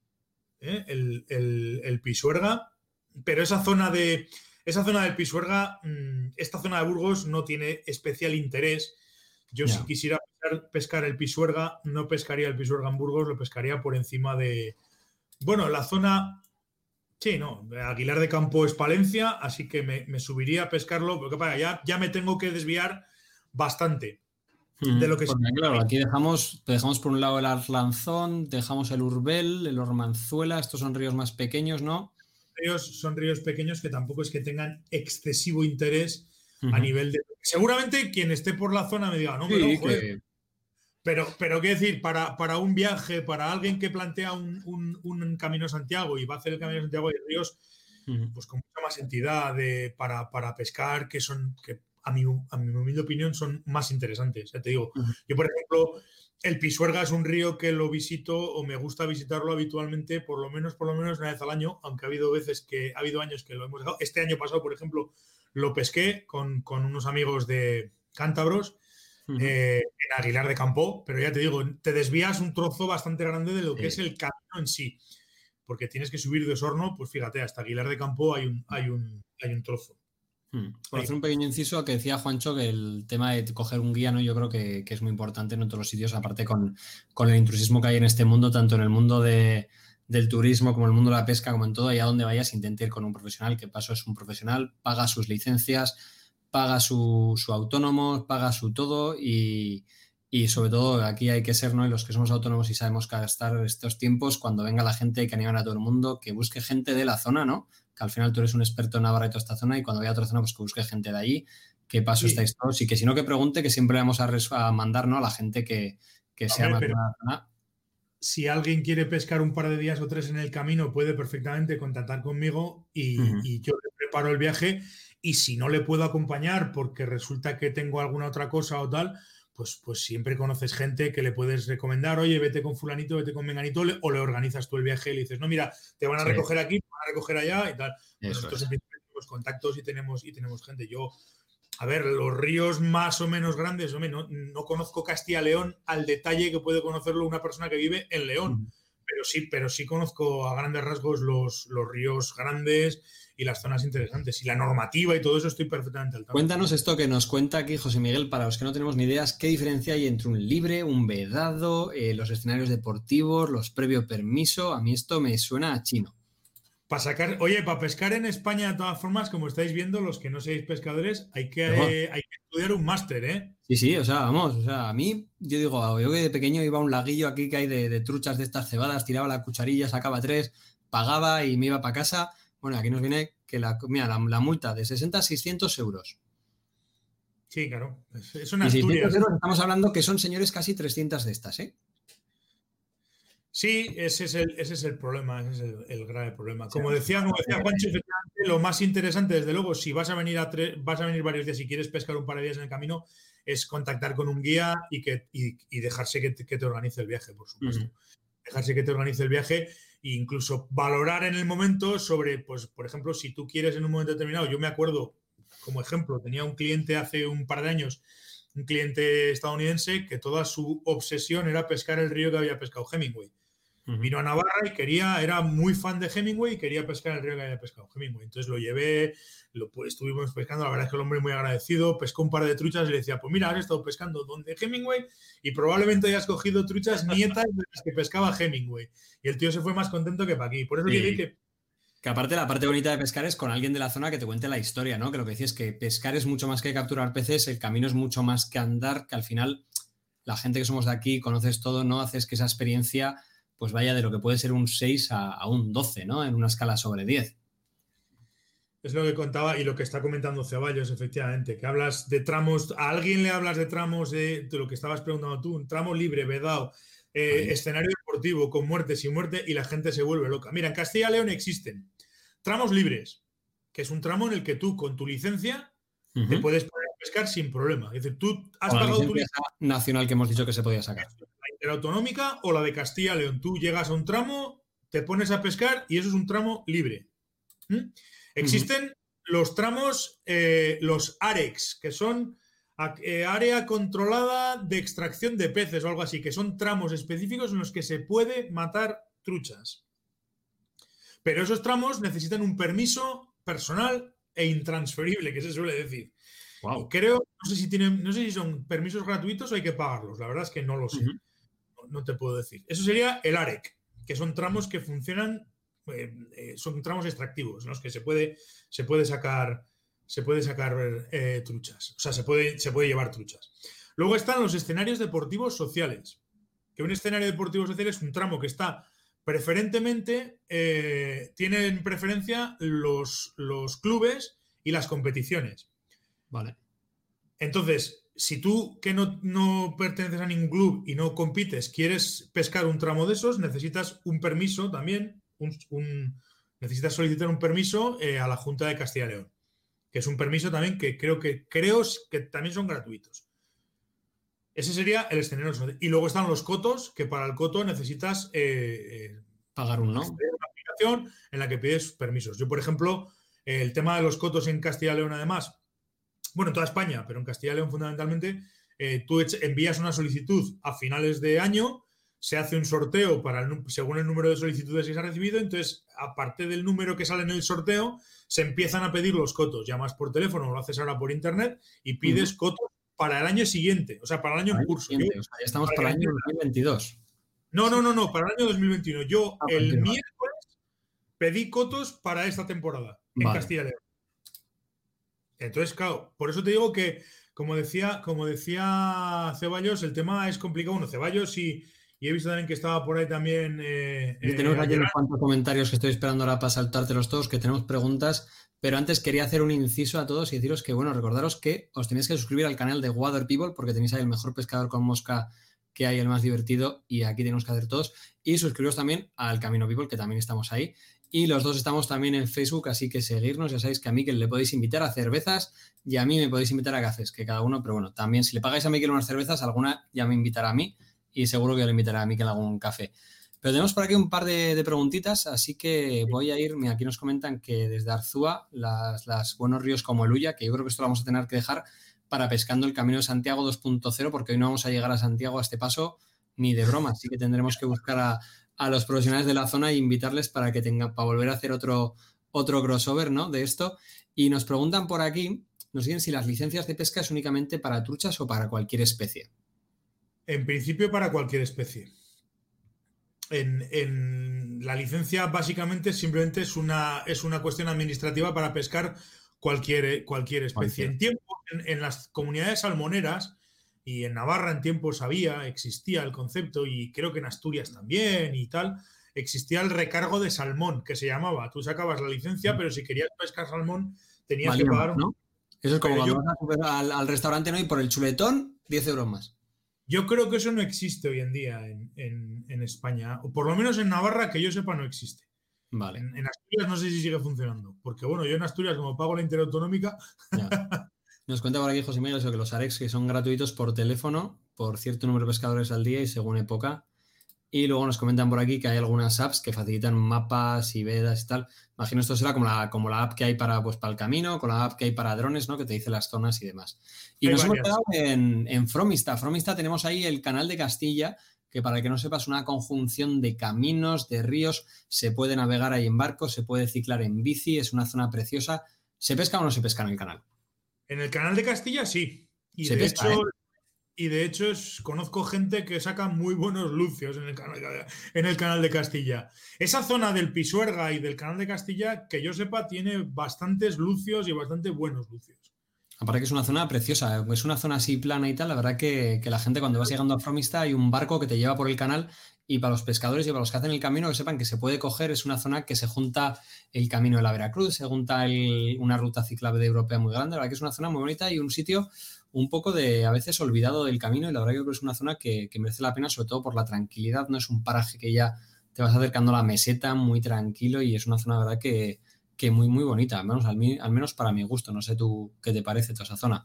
El Pisuerga. Pero esa zona del Pisuerga, esta zona de Burgos no tiene especial interés. Yo, si quisiera pescar el Pisuerga, no pescaría el Pisuerga en Burgos, lo pescaría por encima de. Bueno, la zona. Sí, no. Aguilar de Campo es Palencia, así que me subiría a pescarlo. Porque ya me tengo que desviar bastante de lo que Porque, claro, aquí dejamos por un lado el Arlanzón, dejamos el Urbel, el Ormanzuela, estos son ríos más pequeños, ¿no? Son ríos pequeños que tampoco es que tengan excesivo interés a nivel de. Seguramente quien esté por la zona me diga, no, Sí, joder. Pero qué decir, para un viaje, para alguien que plantea un Camino Santiago y va a hacer el Camino Santiago de ríos, pues con mucha más entidad para pescar, que a mi humilde opinión son más interesantes. Ya te digo, yo por ejemplo, el Pisuerga es un río que lo visito o me gusta visitarlo habitualmente por lo menos una vez al año, aunque ha habido años que lo hemos dejado. Este año pasado, por ejemplo, lo pesqué con unos amigos de cántabros en Aguilar de Campo, pero ya te digo, te desvías un trozo bastante grande de lo que es el camino en sí, porque tienes que subir de Osorno, pues fíjate, hasta Aguilar de Campo hay un trozo. Por hacer un pequeño inciso, que decía Juancho que el tema de coger un guía, ¿no? Yo creo que es muy importante en todos los sitios, aparte con el intrusismo que hay en este mundo, tanto en el mundo del turismo como en el mundo de la pesca, como en todo, allá donde vayas, intente ir con un profesional, que paso es un profesional, paga sus licencias, paga su autónomo, paga su todo y sobre todo aquí hay que ser, ¿no? Y los que somos autónomos y sabemos gastar estos tiempos, cuando venga la gente que animan a todo el mundo, que busque gente de la zona, ¿no? Que al final tú eres un experto en Navarra y toda esta zona y cuando vaya a otra zona, pues que busque gente de allí, que paso estáis todos y que si no que pregunte, que siempre vamos a mandar, ¿no? A la gente que sea más de la zona. Si alguien quiere pescar un par de días o 3 en el camino, puede perfectamente contactar conmigo y yo le preparo el viaje. Y si no le puedo acompañar porque resulta que tengo alguna otra cosa o tal, pues siempre conoces gente que le puedes recomendar, oye, vete con fulanito, vete con menganito, o le organizas tú el viaje y le dices, no, mira, te van a recoger aquí, te van a recoger allá y tal. Nosotros siempre tenemos contactos y tenemos gente. Yo, a ver, los ríos más o menos grandes, hombre, no conozco Castilla-León al detalle que puede conocerlo una persona que vive en León. Pero sí conozco a grandes rasgos los ríos grandes y las zonas interesantes. Y la normativa y todo eso estoy perfectamente al tanto. Cuéntanos esto que nos cuenta aquí José Miguel, para los que no tenemos ni ideas, ¿qué diferencia hay entre un libre, un vedado, los escenarios deportivos, los previo permiso? A mí esto me suena a chino. Para pescar en España, de todas formas, como estáis viendo, los que no seáis pescadores, hay que estudiar un máster, ¿eh? Sí, o sea, vamos, a mí, yo digo, yo que de pequeño iba a un laguillo aquí que hay de truchas de estas cebadas, tiraba la cucharilla, sacaba 3, pagaba y me iba para casa. Bueno, aquí nos viene que la multa de 60 a 600 euros. Sí, claro. Eso en y Asturias. 600 euros estamos hablando que son, señores, casi 300 de estas, ¿eh? Sí, ese es el problema, ese es el grave problema. Como decía Juancho, efectivamente, lo más interesante, desde luego, si vas a venir varios días y quieres pescar un par de días en el camino, es contactar con un guía y dejarse que te organice el viaje, por supuesto. Dejarse que te organice el viaje e incluso valorar en el momento sobre, pues, por ejemplo, si tú quieres en un momento determinado. Yo me acuerdo, como ejemplo, tenía un cliente hace un par de años, un cliente estadounidense, que toda su obsesión era pescar el río que había pescado Hemingway. Vino a Navarra y era muy fan de Hemingway y quería pescar el río que había pescado Hemingway. Entonces lo llevé, estuvimos pescando, la verdad es que el hombre muy agradecido, pescó un par de truchas y le decía, pues mira, has estado pescando donde Hemingway y probablemente hayas cogido truchas nietas de las que pescaba Hemingway. Y el tío se fue más contento que para aquí. Por eso dije que aparte la parte bonita de pescar es con alguien de la zona que te cuente la historia, ¿no? Que lo que decís es que pescar es mucho más que capturar peces, el camino es mucho más que andar, que al final la gente que somos de aquí conoces todo, ¿no? Haces que esa experiencia pues vaya de lo que puede ser un 6 a un 12, ¿no? En una escala sobre 10. Es lo que contaba y lo que está comentando Ceballos, efectivamente, que hablas de tramos, a alguien le hablas de tramos de lo que estabas preguntando tú, un tramo libre, vedado, escenario deportivo, con muerte, sin muerte, y la gente se vuelve loca. Mira, en Castilla y León existen tramos libres, que es un tramo en el que tú, con tu licencia, te puedes poner a pescar sin problema. Es decir, tú has pagado tu licencia nacional que hemos dicho que se podía sacar. La interautonómica o la de Castilla y León. Tú llegas a un tramo, te pones a pescar y eso es un tramo libre. Existen los tramos, los AREX, que son área controlada de extracción de peces o algo así, que son tramos específicos en los que se puede matar truchas. Pero esos tramos necesitan un permiso personal e intransferible, que se suele decir. Wow. Creo, no sé si son permisos gratuitos o hay que pagarlos. La verdad es que no lo sé. No te puedo decir. Eso sería el AREC, que son tramos que funcionan, son tramos extractivos, en los que se puede sacar truchas. O sea, se puede llevar truchas. Luego están los escenarios deportivos sociales. Que un escenario deportivo social es un tramo que está preferentemente, tienen preferencia los clubes y las competiciones. Vale. Entonces, si tú, que no perteneces a ningún club y no compites, quieres pescar un tramo de esos, necesitas un permiso también, necesitas solicitar un permiso a la Junta de Castilla y León, que es un permiso también que creo que también son gratuitos. Ese sería el escenario. Y luego están los cotos, que para el coto necesitas pagar una aplicación en la que pides permisos. Yo, por ejemplo, el tema de los cotos en Castilla y León, además, bueno, en toda España, pero en Castilla y León fundamentalmente, tú envías una solicitud a finales de año, se hace un sorteo según el número de solicitudes que se ha recibido, entonces, aparte del número que sale en el sorteo, se empiezan a pedir los cotos. Llamas por teléfono, lo haces ahora por internet y pides cotos para el año siguiente, o sea, para el año en curso. O sea, ya estamos para el año 2022. No, para el año 2021. Yo el miércoles pedí cotos para esta temporada en Castilla y León. Entonces, claro, por eso te digo que, como decía Ceballos, el tema es complicado. Bueno, Ceballos y he visto también que estaba por ahí también. Tenemos aquí unos cuantos comentarios que estoy esperando ahora para saltártelos todos, que tenemos preguntas, pero antes quería hacer un inciso a todos y deciros que, bueno, recordaros que os tenéis que suscribir al canal de Water People porque tenéis ahí el mejor pescador con mosca que hay, el más divertido, y aquí tenemos que hacer todos. Y suscribiros también al Camino People, que también estamos ahí. Y los dos estamos también en Facebook, así que seguirnos. Ya sabéis que a Mikel le podéis invitar a cervezas y a mí me podéis invitar a cafés, que cada uno, pero bueno, también si le pagáis a Mikel unas cervezas, alguna ya me invitará a mí y seguro que le invitará a Mikel a algún café. Pero tenemos por aquí un par de preguntitas, así que voy a ir. Mira, aquí nos comentan que desde Arzúa, las buenos ríos como el Ulla, que yo creo que esto lo vamos a tener que dejar para pescando el Camino de Santiago 2.0, porque hoy no vamos a llegar a Santiago a este paso ni de broma, así que tendremos que buscar a los profesionales de la zona e invitarles para volver a hacer otro crossover, ¿no?, de esto. Y nos preguntan por aquí, nos dicen si las licencias de pesca es únicamente para truchas o para cualquier especie. En principio para cualquier especie. En la licencia básicamente simplemente es una cuestión administrativa para pescar cualquier especie. En tiempo, en las comunidades salmoneras, y en Navarra en tiempos existía el concepto, y creo que en Asturias también y tal, existía el recargo de salmón, que se llamaba. Tú sacabas la licencia, pero si querías pescar salmón tenías que pagar, ¿no? Eso es como cuando vas al restaurante, ¿no?, y por el chuletón 10 euros más. Yo creo que eso no existe hoy en día en España, o por lo menos en Navarra, que yo sepa, no existe. Vale. En Asturias no sé si sigue funcionando, porque bueno, yo en Asturias, como pago la interautonómica. Ya. Nos cuenta por aquí José Miguel eso, que los AREX que son gratuitos por teléfono, por cierto número de pescadores al día y según época. Y luego nos comentan por aquí que hay algunas apps que facilitan mapas y vedas y tal. Imagino esto será como la app que hay pues, para el camino, con la app que hay para drones, ¿no? Que te dice las zonas y demás. Y Hay nos hemos varias. quedado en Fromista. Fromista tenemos ahí el canal de Castilla, que para el que no sepas, una conjunción de caminos, de ríos. Se puede navegar ahí en barco, se puede ciclar en bici, es una zona preciosa. ¿Se pesca o no se pesca en el canal? En el canal de Castilla sí. Y Se de pesca, ¿eh? hecho, conozco gente que saca muy buenos lucios en el canal de Castilla. Esa zona del Pisuerga y del canal de Castilla, que yo sepa, tiene bastantes lucios y bastante buenos lucios. Aparte que es una zona preciosa, es una zona así plana y tal, la verdad que la gente cuando vas llegando a Fromista hay un barco que te lleva por el canal y para los pescadores y para los que hacen el camino que sepan que se puede coger, es una zona que se junta el camino de la Veracruz, se junta una ruta ciclable europea muy grande, la verdad que es una zona muy bonita y un sitio un poco de a veces olvidado del camino y la verdad que creo que es una zona que merece la pena sobre todo por la tranquilidad, no es un paraje que ya te vas acercando a la meseta muy tranquilo y es una zona, la verdad que muy, muy bonita, al menos para mi gusto. No sé tú qué te parece toda esa zona.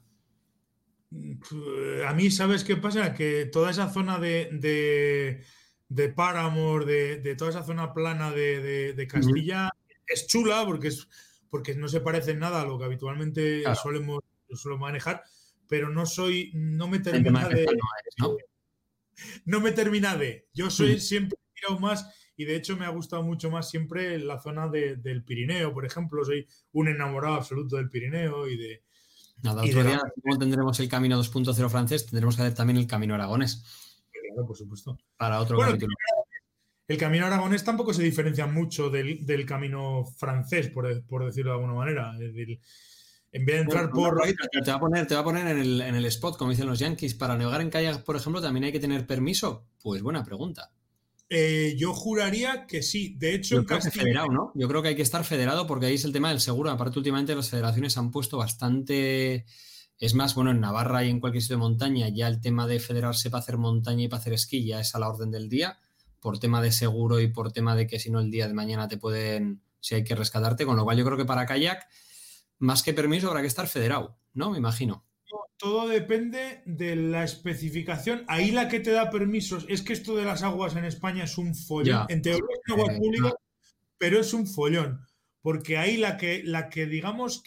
A mí, ¿sabes qué pasa? Que toda esa zona de Páramo, de toda esa zona plana de Castilla, es chula porque no se parece en nada a lo que habitualmente Claro, suelo manejar, pero no me en tema termina de pesca no eres, ¿no? no me termina de. Yo Mm. soy siempre he tirado más y de hecho me ha gustado mucho más siempre la zona del Pirineo, por ejemplo. Soy un enamorado absoluto del Pirineo Nada, y otro de día, como tendremos el camino 2.0 francés, tendremos que hacer también el camino aragonés claro, por supuesto. para otro Bueno, capítulo. el camino aragonés tampoco se diferencia mucho del camino francés, por decirlo de alguna manera. Es decir, en vez de entrar por... Te va a poner en el spot, como dicen los yankees, para navegar en kayak, por ejemplo, también hay que tener permiso. Pues buena pregunta. Yo juraría que sí. De hecho, Yo en creo que Castilla... federado, ¿no? Yo creo que hay que estar federado porque ahí es el tema del seguro. Aparte, últimamente las federaciones han puesto bastante... Es más, bueno, en Navarra y en cualquier sitio de montaña ya el tema de federarse para hacer montaña y para hacer esquí ya es a la orden del día, por tema de seguro y por tema de que si no el día de mañana te pueden, si hay que rescatarte, con lo cual yo creo que para kayak, más que permiso, habrá que estar federado, ¿no? Me imagino. Todo depende de la especificación. Ahí la que te da permisos es que esto de las aguas en España es un follón. Ya. En teoría es agua pública, pero es un follón. Porque ahí la que digamos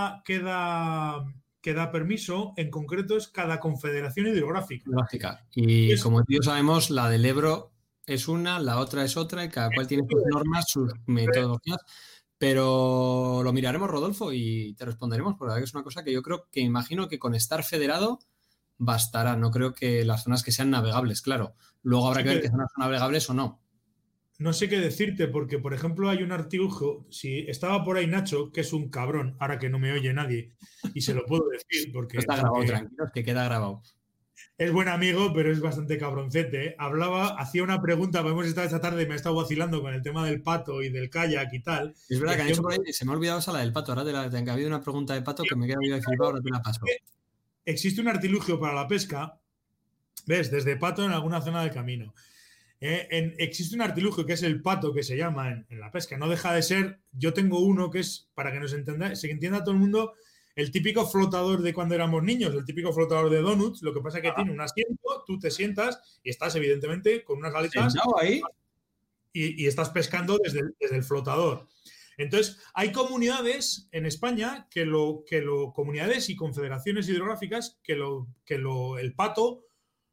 que da permiso, en concreto, es cada confederación hidrográfica. Gráfica. Y Es, como todos sabemos, la del Ebro es una, la otra es otra, y cada cual tiene sus normas, sus metodologías. Pero lo miraremos, Rodolfo, y te responderemos, porque la verdad que es una cosa que yo creo que imagino que con estar federado bastará. No creo que las zonas que sean navegables, claro. Luego habrá sí que ver que qué zonas son navegables o no. no sé qué decirte, porque, por ejemplo, hay un artilugio, si estaba por ahí Nacho, que es un cabrón, ahora que no me oye nadie, y se lo puedo decir No está grabado, tranquilos, que queda grabado. es buen amigo, pero es bastante cabroncete. ¿Eh? Hacía una pregunta, hemos estado esta tarde y me he estado vacilando con el tema del pato y del kayak y tal. Es Y verdad que han hacía hecho por ahí, se me ha olvidado esa la del pato. Ahora que ha habido una pregunta de pato que me he quedado ahí flipado, ahora te la paso. existe un artilugio para la pesca, ¿ves? Desde pato en alguna zona del camino. Existe un artilugio que es el pato, que se llama en la pesca. No deja de ser, yo tengo uno que es, para que nos entienda, se entienda todo el mundo, el típico flotador de cuando éramos niños, el típico flotador de donuts. Lo que pasa es que tiene un asiento, tú te sientas y estás evidentemente con unas aletas ¿Sentado ahí? y estás pescando desde el flotador. Entonces, hay comunidades en España comunidades y confederaciones hidrográficas el pato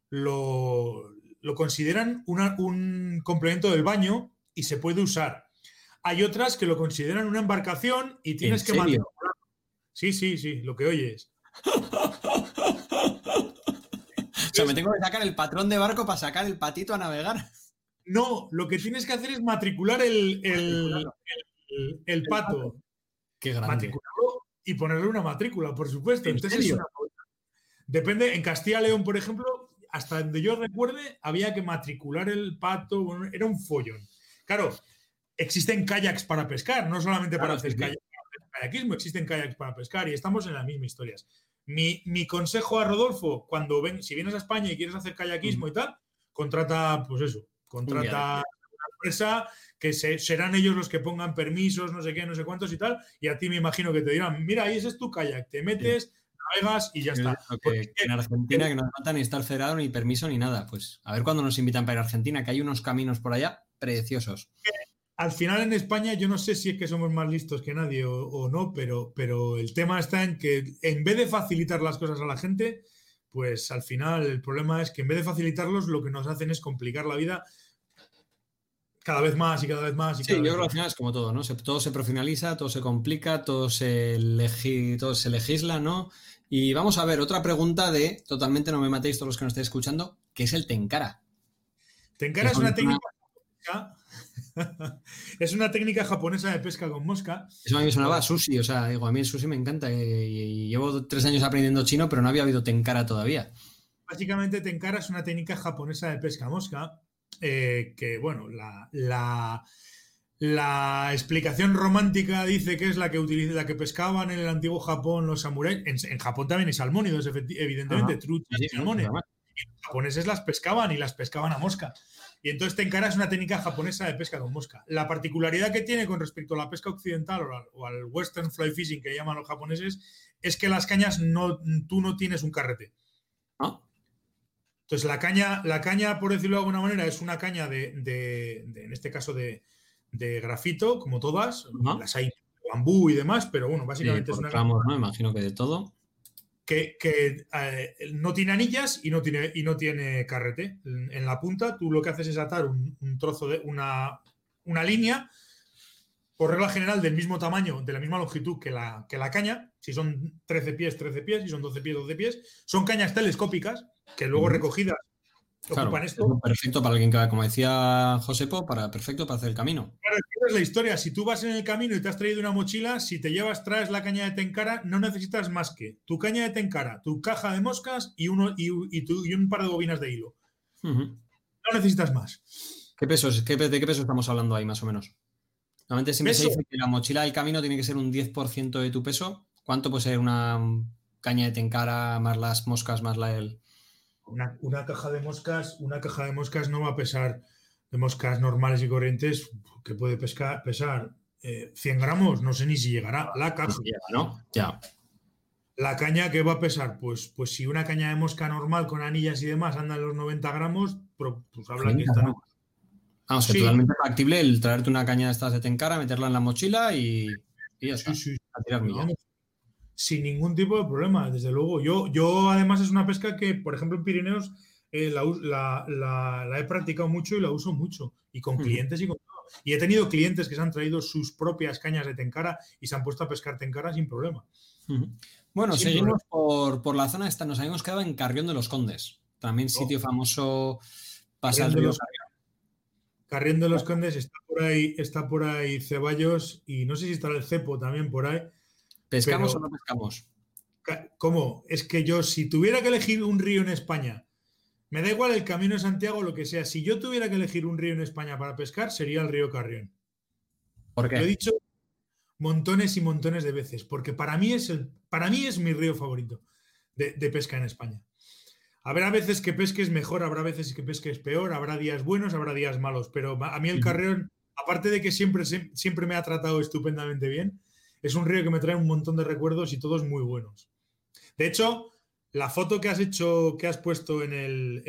lo consideran un complemento del baño y se puede usar. Hay otras que lo consideran una embarcación y tienes que matricular. Sí, lo que oyes. O sea, me tengo que sacar el patrón de barco para sacar el patito a navegar. No, lo que tienes que hacer es matricular el pato. Qué grande. Matricularlo y ponerle una matrícula, por supuesto. ¿En Entonces serio? depende, en Castilla y León, por ejemplo, hasta donde yo recuerde, había que matricular el pato, bueno, era un follón. Claro, existen kayaks para pescar, no solamente para hacer kayakismo, existen kayaks para pescar y estamos en las mismas historias. Mi consejo a Rodolfo, si vienes a España y quieres hacer kayakismo y tal, contrata una empresa que serán ellos los que pongan permisos, no sé qué, no sé cuántos y tal, y a ti me imagino que te dirán, mira, ahí ese es tu kayak, te metes, navegas y ya está. En Argentina que no hace falta ni estar federado, ni permiso, ni nada. Pues a ver cuándo nos invitan para ir a Argentina, que hay unos caminos por allá preciosos. Al final en España yo no sé si es que somos más listos que nadie o no, pero el tema está en que en vez de facilitar las cosas a la gente, pues al final el problema es que en vez de facilitarlos lo que nos hacen es complicar la vida cada vez más y cada vez más. Sí, yo creo que al final es como todo, ¿no? Todo se profesionaliza, todo se complica, todo se legisla, ¿no? Y vamos a ver, otra pregunta de, totalmente no me matéis todos los que nos estéis escuchando, ¿qué es el tenkara? Tenkara es una técnica... es una técnica japonesa de pesca con mosca. Eso a mí me sonaba a sushi, o sea, digo, a mí el sushi me encanta y llevo 3 años aprendiendo chino, pero no había habido tenkara todavía. Básicamente, tenkara es una técnica japonesa de pesca mosca que, bueno, la explicación romántica dice que es la que pescaban en el antiguo Japón los samuráis. En Japón también hay salmónidos, evidentemente, truchas y salmones. Y los japoneses las pescaban y las pescaban a mosca. Y entonces tenkara es una técnica japonesa de pesca con mosca. La particularidad que tiene con respecto a la pesca occidental o al western fly fishing que llaman los japoneses es que las cañas tú no tienes un carrete. ¿Ah? Entonces la caña, por decirlo de alguna manera, es una caña en este caso de grafito, como todas. Las hay de bambú y demás, pero bueno, básicamente es una caña, ¿no? Imagino que de todo. Que no tiene anillas y no tiene carrete. En la punta tú lo que haces es atar un trozo de una línea, por regla general del mismo tamaño, de la misma longitud que la caña. Si son 13 pies, 13 pies, si son 12 pies, 12 pies. Son cañas telescópicas que luego recogidas ocupan esto. Perfecto para alguien que, como decía Josepo, perfecto para hacer el camino. Claro, es la historia. Si tú vas en el camino y te has traído una mochila, si te traes la caña de tenkara, no necesitas más que tu caña de tenkara, tu caja de moscas y un par de bobinas de hilo. No necesitas más. ¿De qué peso estamos hablando ahí, más o menos? Normalmente siempre se dice que la mochila del camino tiene que ser un 10% de tu peso. ¿Cuánto puede ser una caña de tenkara más las moscas más Una caja de moscas no va a pesar, de moscas normales y corrientes, que puede pesar 100 gramos, no sé ni si llegará la caja. ¿No? Ya. La caña, ¿qué va a pesar? Pues si una caña de mosca normal con anillas y demás anda en los 90 gramos, pues habla que está... Vamos, que totalmente factible el traerte una caña de estas de tenkara, meterla en la mochila y ya está. A tirar millas. Sin ningún tipo de problema, desde luego. Yo además es una pesca que, por ejemplo, en Pirineos la he practicado mucho y la uso mucho. Y con clientes y con todo. Y he tenido clientes que se han traído sus propias cañas de tenkara y se han puesto a pescar tenkara sin problema. Bueno, seguimos por la zona esta. Nos habíamos quedado en Carrión de los Condes. También sitio famoso para el río Carrión de los Condes está por ahí Ceballos y no sé si estará el cepo también por ahí. ¿Pescamos o no pescamos? ¿Cómo? Es que yo, si tuviera que elegir un río en España, me da igual el Camino de Santiago o lo que sea, si yo tuviera que elegir un río en España para pescar, sería el río Carrión. ¿Por qué? Lo he dicho montones y montones de veces, porque para mí es mi río favorito de pesca en España. Habrá veces que pesques mejor, habrá veces que pesques peor, habrá días buenos, habrá días malos, pero a mí el Carrión, aparte de que siempre me ha tratado estupendamente bien, es un río que me trae un montón de recuerdos y todos muy buenos. De hecho, la foto que has puesto en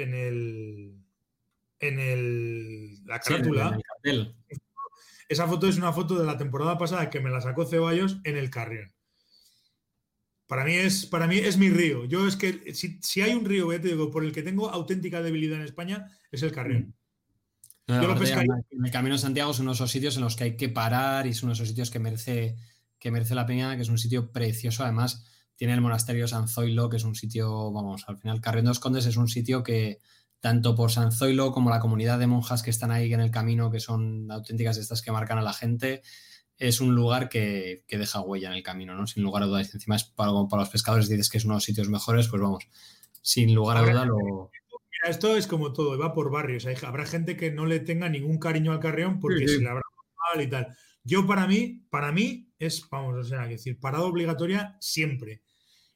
la carátula, esa foto es una foto de la temporada pasada que me la sacó Ceballos en el Carrión. Para mí es mi río. Yo es que si hay un río, te digo, por el que tengo auténtica debilidad en España, es el Carrión. Yo lo pescaría. En el Camino de Santiago es uno de esos sitios en los que hay que parar y es uno de esos sitios que merece la pena, que es un sitio precioso. Además, tiene el monasterio de San Zoilo, que es un sitio, vamos, al final Carrión de los Condes es un sitio que tanto por San Zoilo como la comunidad de monjas que están ahí en el camino, que son auténticas estas que marcan a la gente, es un lugar que deja huella en el camino, ¿no? Sin lugar a dudas. Encima es para los pescadores, dices que es uno de los sitios mejores, pues vamos, sin lugar a duda Mira, esto es como todo, va por barrios. Habrá gente que no le tenga ningún cariño al Carrión porque se le habrá mal y tal. Yo para mí es, vamos, o sea, es decir, parada obligatoria siempre.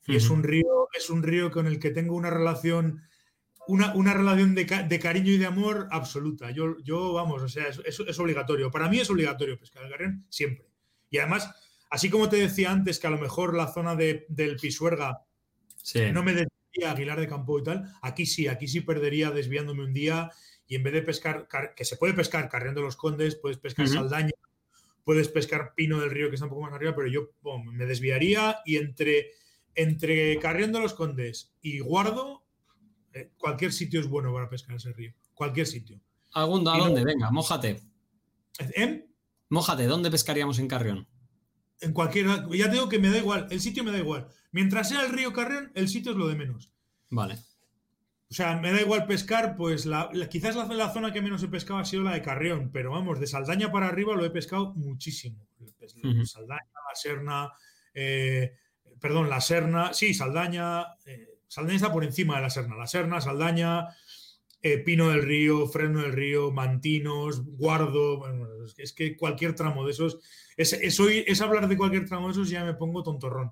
Y es un río con el que tengo una relación, una relación de cariño y de amor absoluta. Yo vamos, o sea, es obligatorio. Para mí es obligatorio pescar el Carrión siempre. Y además, así como te decía antes que a lo mejor la zona del Pisuerga no me desvía Aguilar de Campo y tal, aquí sí perdería desviándome un día y en vez de pescar, que se puede pescar Carrión de los Condes, puedes pescar Saldaña, puedes pescar Pino del Río, que está un poco más arriba, pero yo me desviaría y entre Carrión de los Condes y Guardo, cualquier sitio es bueno para pescar ese río. Cualquier sitio. ¿A dónde? Venga, mójate. Mójate, ¿dónde pescaríamos en Carrión? En cualquier... Ya te digo que me da igual, el sitio me da igual. Mientras sea el río Carrión, el sitio es lo de menos. Vale. O sea, me da igual pescar, pues quizás la zona que menos he pescado ha sido la de Carrión, pero vamos, de Saldaña para arriba lo he pescado muchísimo. Saldaña, la Serna, la Serna, sí, Saldaña, Saldaña está por encima de la Serna, Saldaña, Pino del Río, Fresno del Río, Mantinos, Guardo, bueno, es que cualquier tramo de esos, es hablar de cualquier tramo de esos y ya me pongo tontorrón.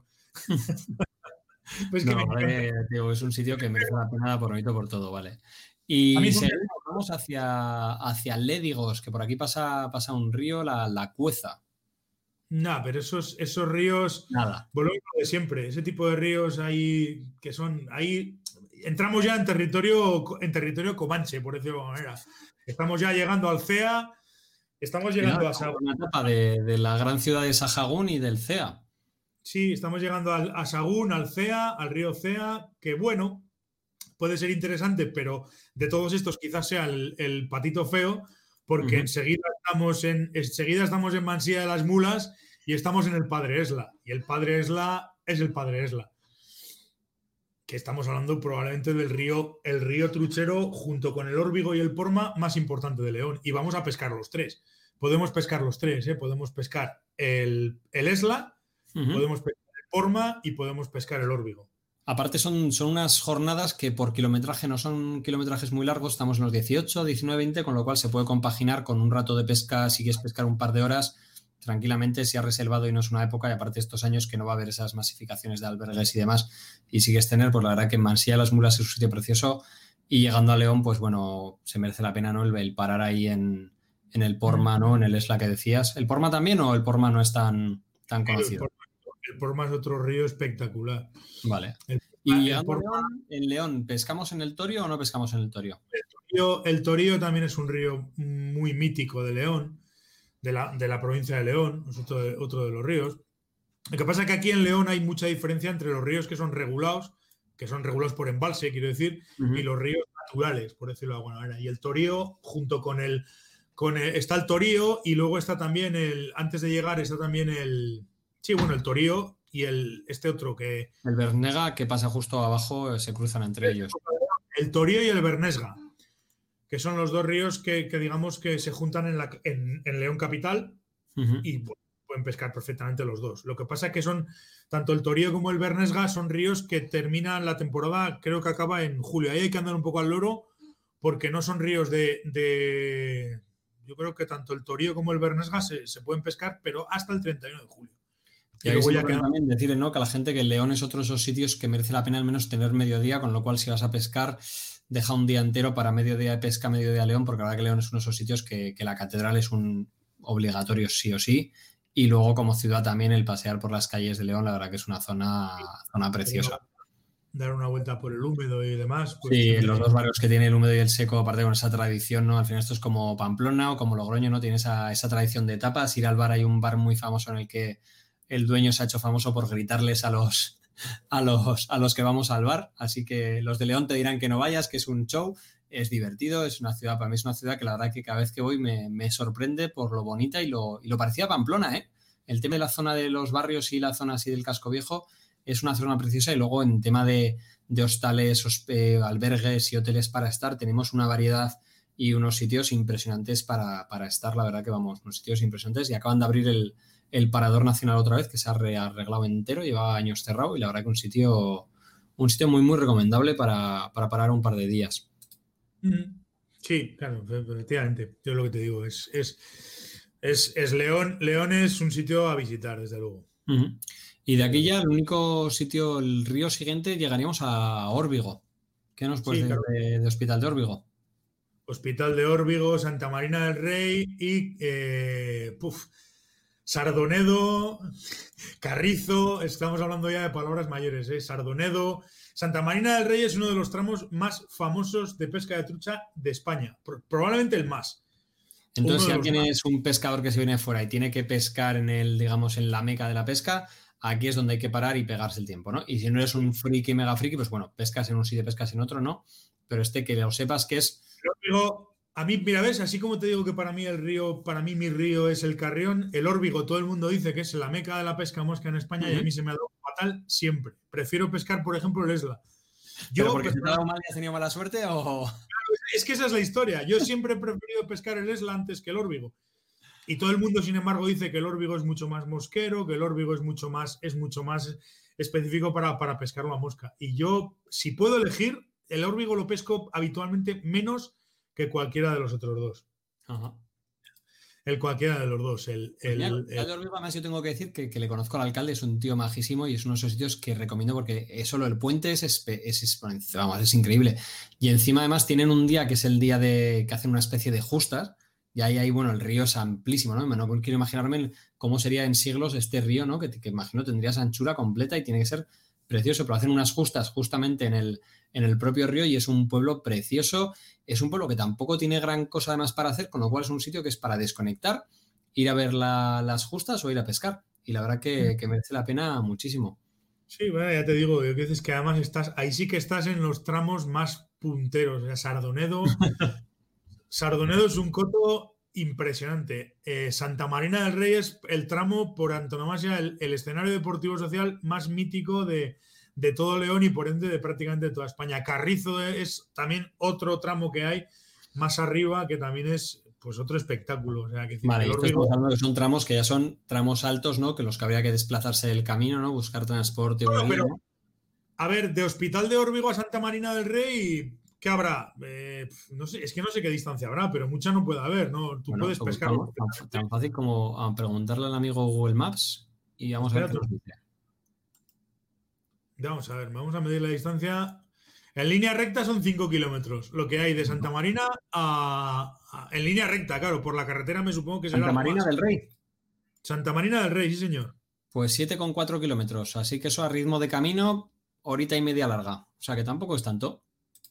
Pues tío, es un sitio que merece la pena por bonito por todo, vale. Y vamos hacia Lédigos, que por aquí pasa un río, la Cueza. Nada, pero esos ríos, nada. Volvemos a lo de siempre, ese tipo de ríos ahí que son ahí. Entramos ya en territorio comanche, por decirlo de alguna manera. Estamos ya llegando al CEA, estamos llegando a Sagún. Una etapa de la gran ciudad de Sahagún y del CEA. Sí, estamos llegando a Sagún, al CEA, al río CEA, que bueno, puede ser interesante, pero de todos estos quizás sea el patito feo, porque enseguida estamos en Mansilla de las Mulas y estamos en el Padre Esla. Y el Padre Esla es el Padre Esla. Que estamos hablando probablemente del río, el río truchero junto con el Órbigo y el Porma más importante de León. Y vamos a pescar los tres. Podemos pescar los tres, ¿eh? Podemos pescar el Esla, podemos pescar el Porma y podemos pescar el Órbigo. Aparte son unas jornadas que por kilometraje no son kilometrajes muy largos, estamos en los 18, 19, 20, con lo cual se puede compaginar con un rato de pesca, si quieres pescar un par de horas, tranquilamente si has reservado y no es una época, y aparte estos años que no va a haber esas masificaciones de albergues y demás, y sigues tener, pues la verdad que en Mansilla de las Mulas es un sitio precioso, y llegando a León, pues bueno, se merece la pena, ¿no? El parar ahí en el Porma, ¿no? En el Esla que decías. ¿El Porma también o el Porma no es tan conocido? El Porma es otro río espectacular. Vale. Y llegando a León, ¿en León pescamos en el Torio o no pescamos en el Torio? El Torío también es un río muy mítico de León, de la provincia de León, es otro de los ríos. Lo que pasa es que aquí en León hay mucha diferencia entre los ríos que son regulados por embalse, quiero decir, y los ríos naturales, por decirlo de alguna manera. Y el Torío, junto con está el Torío y luego está también antes de llegar está también el Torío y este otro que... El Bernesga, que pasa justo abajo, se cruzan entre ellos. El Torío y el Bernesga, que son los dos ríos que digamos que se juntan en León capital y pueden pescar perfectamente los dos. Lo que pasa es que son, tanto el Torío como el Bernesga son ríos que terminan la temporada, creo que acaba en julio. Ahí hay que andar un poco al loro porque no son ríos yo creo que tanto el Torío como el Bernesga se pueden pescar, pero hasta el 31 de julio. Y luego ya también decirle, ¿no?, que a la gente que el León es otro de esos sitios que merece la pena al menos tener mediodía, con lo cual si vas a pescar, deja un día entero para mediodía de pesca, mediodía León, porque la verdad que León es uno de esos sitios que la catedral es un obligatorio sí o sí, y luego como ciudad también el pasear por las calles de León, la verdad que es una zona preciosa. Dar una vuelta por el húmedo y demás. Pues sí, los dos barrios que tiene el húmedo y el seco, aparte con esa tradición, ¿no? Al final esto es como Pamplona o como Logroño, ¿no? Tiene esa tradición de tapas. Ir al bar, hay un bar muy famoso en el que el dueño se ha hecho famoso por gritarles a los que vamos al bar, así que los de León te dirán que no vayas, que es un show, es divertido, es una ciudad, para mí es una ciudad que la verdad que cada vez que voy me sorprende por lo bonita y lo parecida a Pamplona, ¿eh? El tema de la zona de los barrios y la zona así del casco viejo es una zona preciosa, y luego en tema de hostales, albergues y hoteles para estar, tenemos una variedad y unos sitios impresionantes para estar, la verdad que vamos, unos sitios impresionantes, y acaban de abrir el Parador Nacional otra vez, que se ha arreglado entero, llevaba años cerrado, y la verdad que un sitio muy, muy recomendable para parar un par de días. Sí, claro, efectivamente. Yo lo que te digo es León. León es un sitio a visitar, desde luego. Y de aquí ya, el único sitio, el río siguiente, llegaríamos a Órbigo. ¿Qué nos puedes Sí, decir claro. de Hospital de Órbigo? Hospital de Órbigo, Santa Marina del Rey y Sardonedo, Carrizo, estamos hablando ya de palabras mayores, ¿eh? Sardonedo. Santa Marina del Rey es uno de los tramos más famosos de pesca de trucha de España, probablemente el más. Entonces, Uno si de los alguien más. es un pescador que se viene fuera y tiene que pescar en el, digamos, en la meca de la pesca, aquí es donde hay que parar y pegarse el tiempo, ¿no? Y si no eres un friki, mega friki, pues bueno, pescas en un sitio, pescas en otro, ¿no? Pero que lo sepas que es... Digo, a mí, mira, ves, así como te digo que para mí el río, para mí mi río es el Carrión, el Órbigo, todo el mundo dice que es la meca de la pesca mosca en España y a Ujú. mí se me ha dado fatal siempre. Prefiero pescar, por ejemplo, el Esla. ¿Pero Yo, porque se te ha dado mal y has tenido mala suerte o...? es que esa es la historia. Yo siempre he preferido pescar el Esla antes que el Órbigo. Y todo el mundo, sin embargo, dice que el Órbigo es mucho más mosquero, que el Órbigo es mucho más específico para pescar la mosca. Y yo, si puedo elegir, el Órbigo lo pesco habitualmente menos que cualquiera de los otros dos. Ajá. El cualquiera de los dos. Pues mira, con el de Órbigo, además yo tengo que decir que le conozco al alcalde, es un tío majísimo y es uno de esos sitios que recomiendo porque solo el puente vamos, es increíble. Y encima además tienen un día que es el día de que hacen una especie de justas y ahí, bueno, el río es amplísimo, ¿no? No quiero imaginarme cómo sería en siglos este río, ¿no? Que imagino tendrías anchura completa y tiene que ser precioso, pero hacen unas justas justamente en el propio río y es un pueblo precioso, es un pueblo que tampoco tiene gran cosa además para hacer, con lo cual es un sitio que es para desconectar, ir a ver las justas o ir a pescar. Y la verdad que merece la pena muchísimo. Sí, bueno, ya te digo, que dices que además ahí sí que estás en los tramos más punteros. O sea, Sardonedo es un coto impresionante. Santa Marina del Rey es el tramo por antonomasia, el escenario deportivo social más mítico de todo León y por ende de prácticamente toda España. Carrizo es también otro tramo que hay más arriba que también es pues otro espectáculo. O sea, que decir que Vale, y el esto estamos Órbigo... hablando que son tramos que ya son tramos altos, ¿no? Que los que habría que desplazarse del camino, ¿no? Buscar transporte o Bueno, guía, pero ¿no? a ver, de Hospital de Órbigo a Santa Marina del Rey, ¿qué habrá? No sé, es que no sé qué distancia habrá, pero mucha no puede haber, ¿no? Tú Bueno, puedes lo pescarlo buscamos perfectamente. tan fácil como a preguntarle al amigo Google Maps y vamos a ver qué Espérate, nos dice. vamos a ver, vamos a medir la distancia. En línea recta son 5 kilómetros, lo que hay de Santa Marina en línea recta, claro, por la carretera me supongo que será Santa algo Marina más. del Rey, Santa Marina del Rey, sí señor. pues 7,4 kilómetros, así que eso a ritmo de camino, horita y media larga. O sea que tampoco es tanto.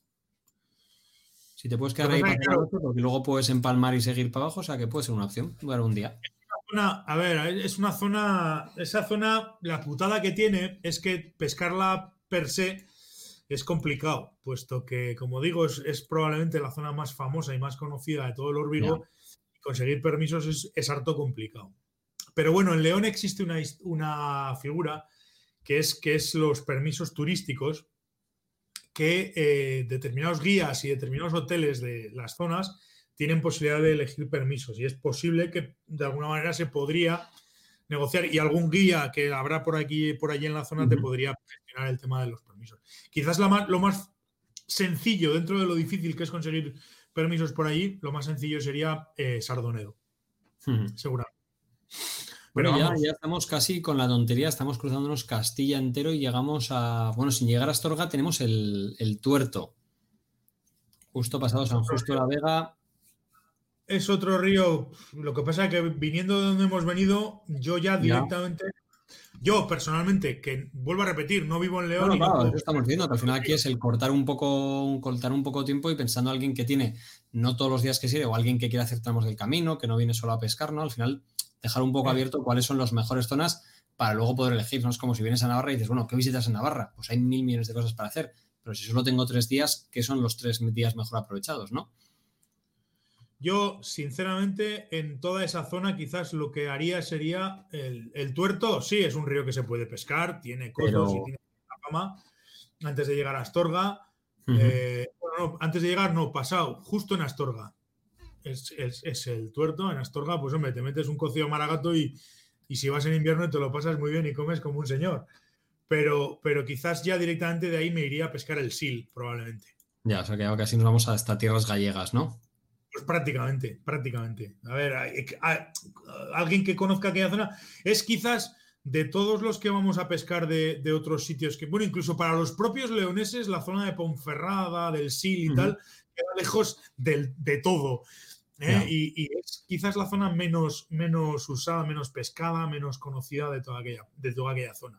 Si te puedes Lo quedar que ahí pasa es para que, hacer la claro, noche, porque luego puedes empalmar y seguir para abajo, o sea que puede ser una opción, para un día. a ver, es una zona, esa zona, la putada que tiene es que pescarla per se es complicado, puesto que, como digo, es probablemente la zona más famosa y más conocida de todo el Ya. Órbigo y conseguir permisos es harto complicado. Pero bueno, en León existe una figura que es los permisos turísticos que determinados guías y determinados hoteles de las zonas tienen posibilidad de elegir permisos y es posible que de alguna manera se podría negociar y algún guía que habrá por aquí por allí en la zona te Ujú. podría gestionar el tema de los permisos. Quizás lo más sencillo dentro de lo difícil que es conseguir permisos por allí, lo más sencillo sería Sardonedo, Ujú. seguramente. Bueno, Pero ya vamos, estamos casi con la tontería, estamos cruzándonos Castilla entero y llegamos a, bueno, sin llegar a Astorga tenemos el Tuerto, justo pasado San Justo de la Vega. es otro río. Lo que pasa es que viniendo de donde hemos venido, yo ya Ya. directamente, yo personalmente, que vuelvo a repetir, no vivo en No, León no, y no claro, puedo eso pescar estamos diciendo, que al todos final los aquí ríos. es el cortar un poco tiempo y pensando a alguien que tiene no todos los días que sirve o alguien que quiere hacer tramos del camino, que no viene solo a pescar, ¿no? Al final dejar un poco abierto cuáles son las mejores zonas para luego poder elegir, ¿no? Es como si vienes a Navarra y dices, bueno, ¿qué visitas en Navarra? Pues hay mil millones de cosas para hacer, pero si solo tengo 3 días, ¿qué son los 3 días mejor aprovechados, ¿no? Yo, sinceramente, en toda esa zona quizás lo que haría sería el Tuerto. Sí, es un río que se puede pescar, tiene cotos y Pero... tiene fama. Antes de llegar a Astorga, Ujú. bueno, no, antes de llegar, no, pasado, justo en Astorga. Es el Tuerto, en Astorga, pues hombre, te metes un cocido maragato y si vas en invierno te lo pasas muy bien y comes como un señor. Pero quizás ya directamente de ahí me iría a pescar el sil, probablemente. Ya, o sea que casi nos vamos hasta tierras gallegas, ¿no? Pues prácticamente, prácticamente. A ver, alguien que conozca aquella zona es quizás de todos los que vamos a pescar de otros sitios, que bueno, incluso para los propios leoneses, la zona de Ponferrada, del Sil y tal, queda lejos de todo. Yeah. Y es quizás la zona menos usada, menos pescada, menos conocida de toda aquella zona.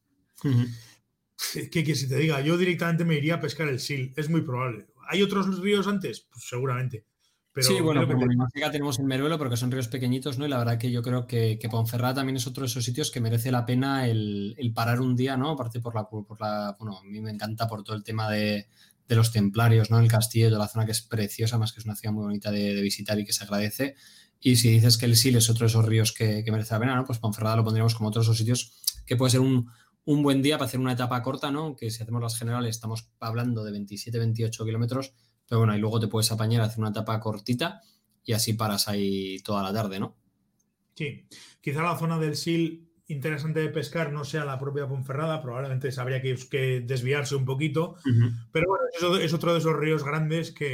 ¿Qué quieres que te diga? Yo directamente me iría a pescar el Sil, es muy probable. ¿Hay otros ríos antes? Pues seguramente. Pero sí, bueno, como en Málaga tenemos el Meruelo, porque son ríos pequeñitos, ¿no? Y la verdad que yo creo que Ponferrada también es otro de esos sitios que merece la pena el parar un día, ¿no? Aparte bueno, a mí me encanta por todo el tema de los templarios, ¿no? El castillo y toda la zona que es preciosa, más que es una ciudad muy bonita de visitar y que se agradece. Y si dices que el Sil es otro de esos ríos que merece la pena, ¿no? Pues Ponferrada lo pondríamos como otro de esos sitios que puede ser un buen día para hacer una etapa corta, ¿no? Que si hacemos las generales estamos hablando de 27-28 kilómetros, pero bueno, y luego te puedes apañar a hacer una etapa cortita y así paras ahí toda la tarde, ¿no? Sí, quizá la zona del Sil interesante de pescar no sea la propia Ponferrada, probablemente habría que desviarse un poquito, pero bueno, eso es otro de esos ríos grandes que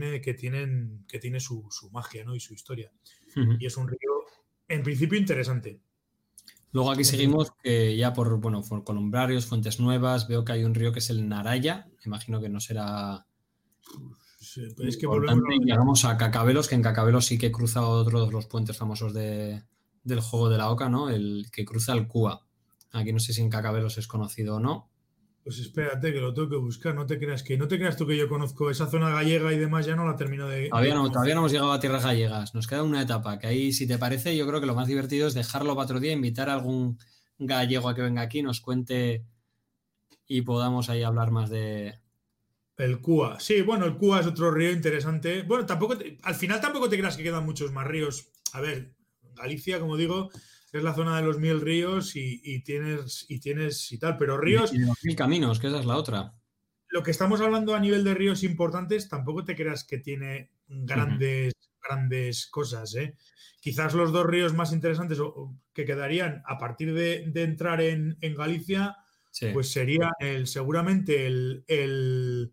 tiene su magia, ¿no? Y su historia. Y es un río, en principio, interesante. Luego aquí seguimos que ya por Columbrarios, Fuentes Nuevas, veo que hay un río que es el Naraya, imagino que no será... Sí, pero es que llegamos a Cacabelos, que en Cacabelos sí que cruza otro de los puentes famosos del juego de la Oca, ¿no? El que cruza el Cúa. Aquí no sé si en Cacabelos es conocido o no. Pues espérate, que lo tengo que buscar. No te creas tú que yo conozco esa zona gallega y demás, ya no la termino de... Todavía no hemos llegado a tierras gallegas. Nos queda una etapa, que ahí, si te parece, yo creo que lo más divertido es dejarlo para otro día, invitar a algún gallego a que venga aquí, nos cuente y podamos ahí hablar más de... El Cúa. Sí, bueno, el Cúa es otro río interesante. Bueno, al final tampoco te creas que quedan muchos más ríos. A ver, Galicia, como digo, es la zona de los 1000 ríos y tienes y tal, pero ríos... Y de los 1000 caminos, que esa es la otra. Lo que estamos hablando a nivel de ríos importantes, tampoco te creas que tiene grandes cosas, ¿eh? Quizás los dos ríos más interesantes que quedarían a partir de entrar en Galicia, sí, pues serían seguramente el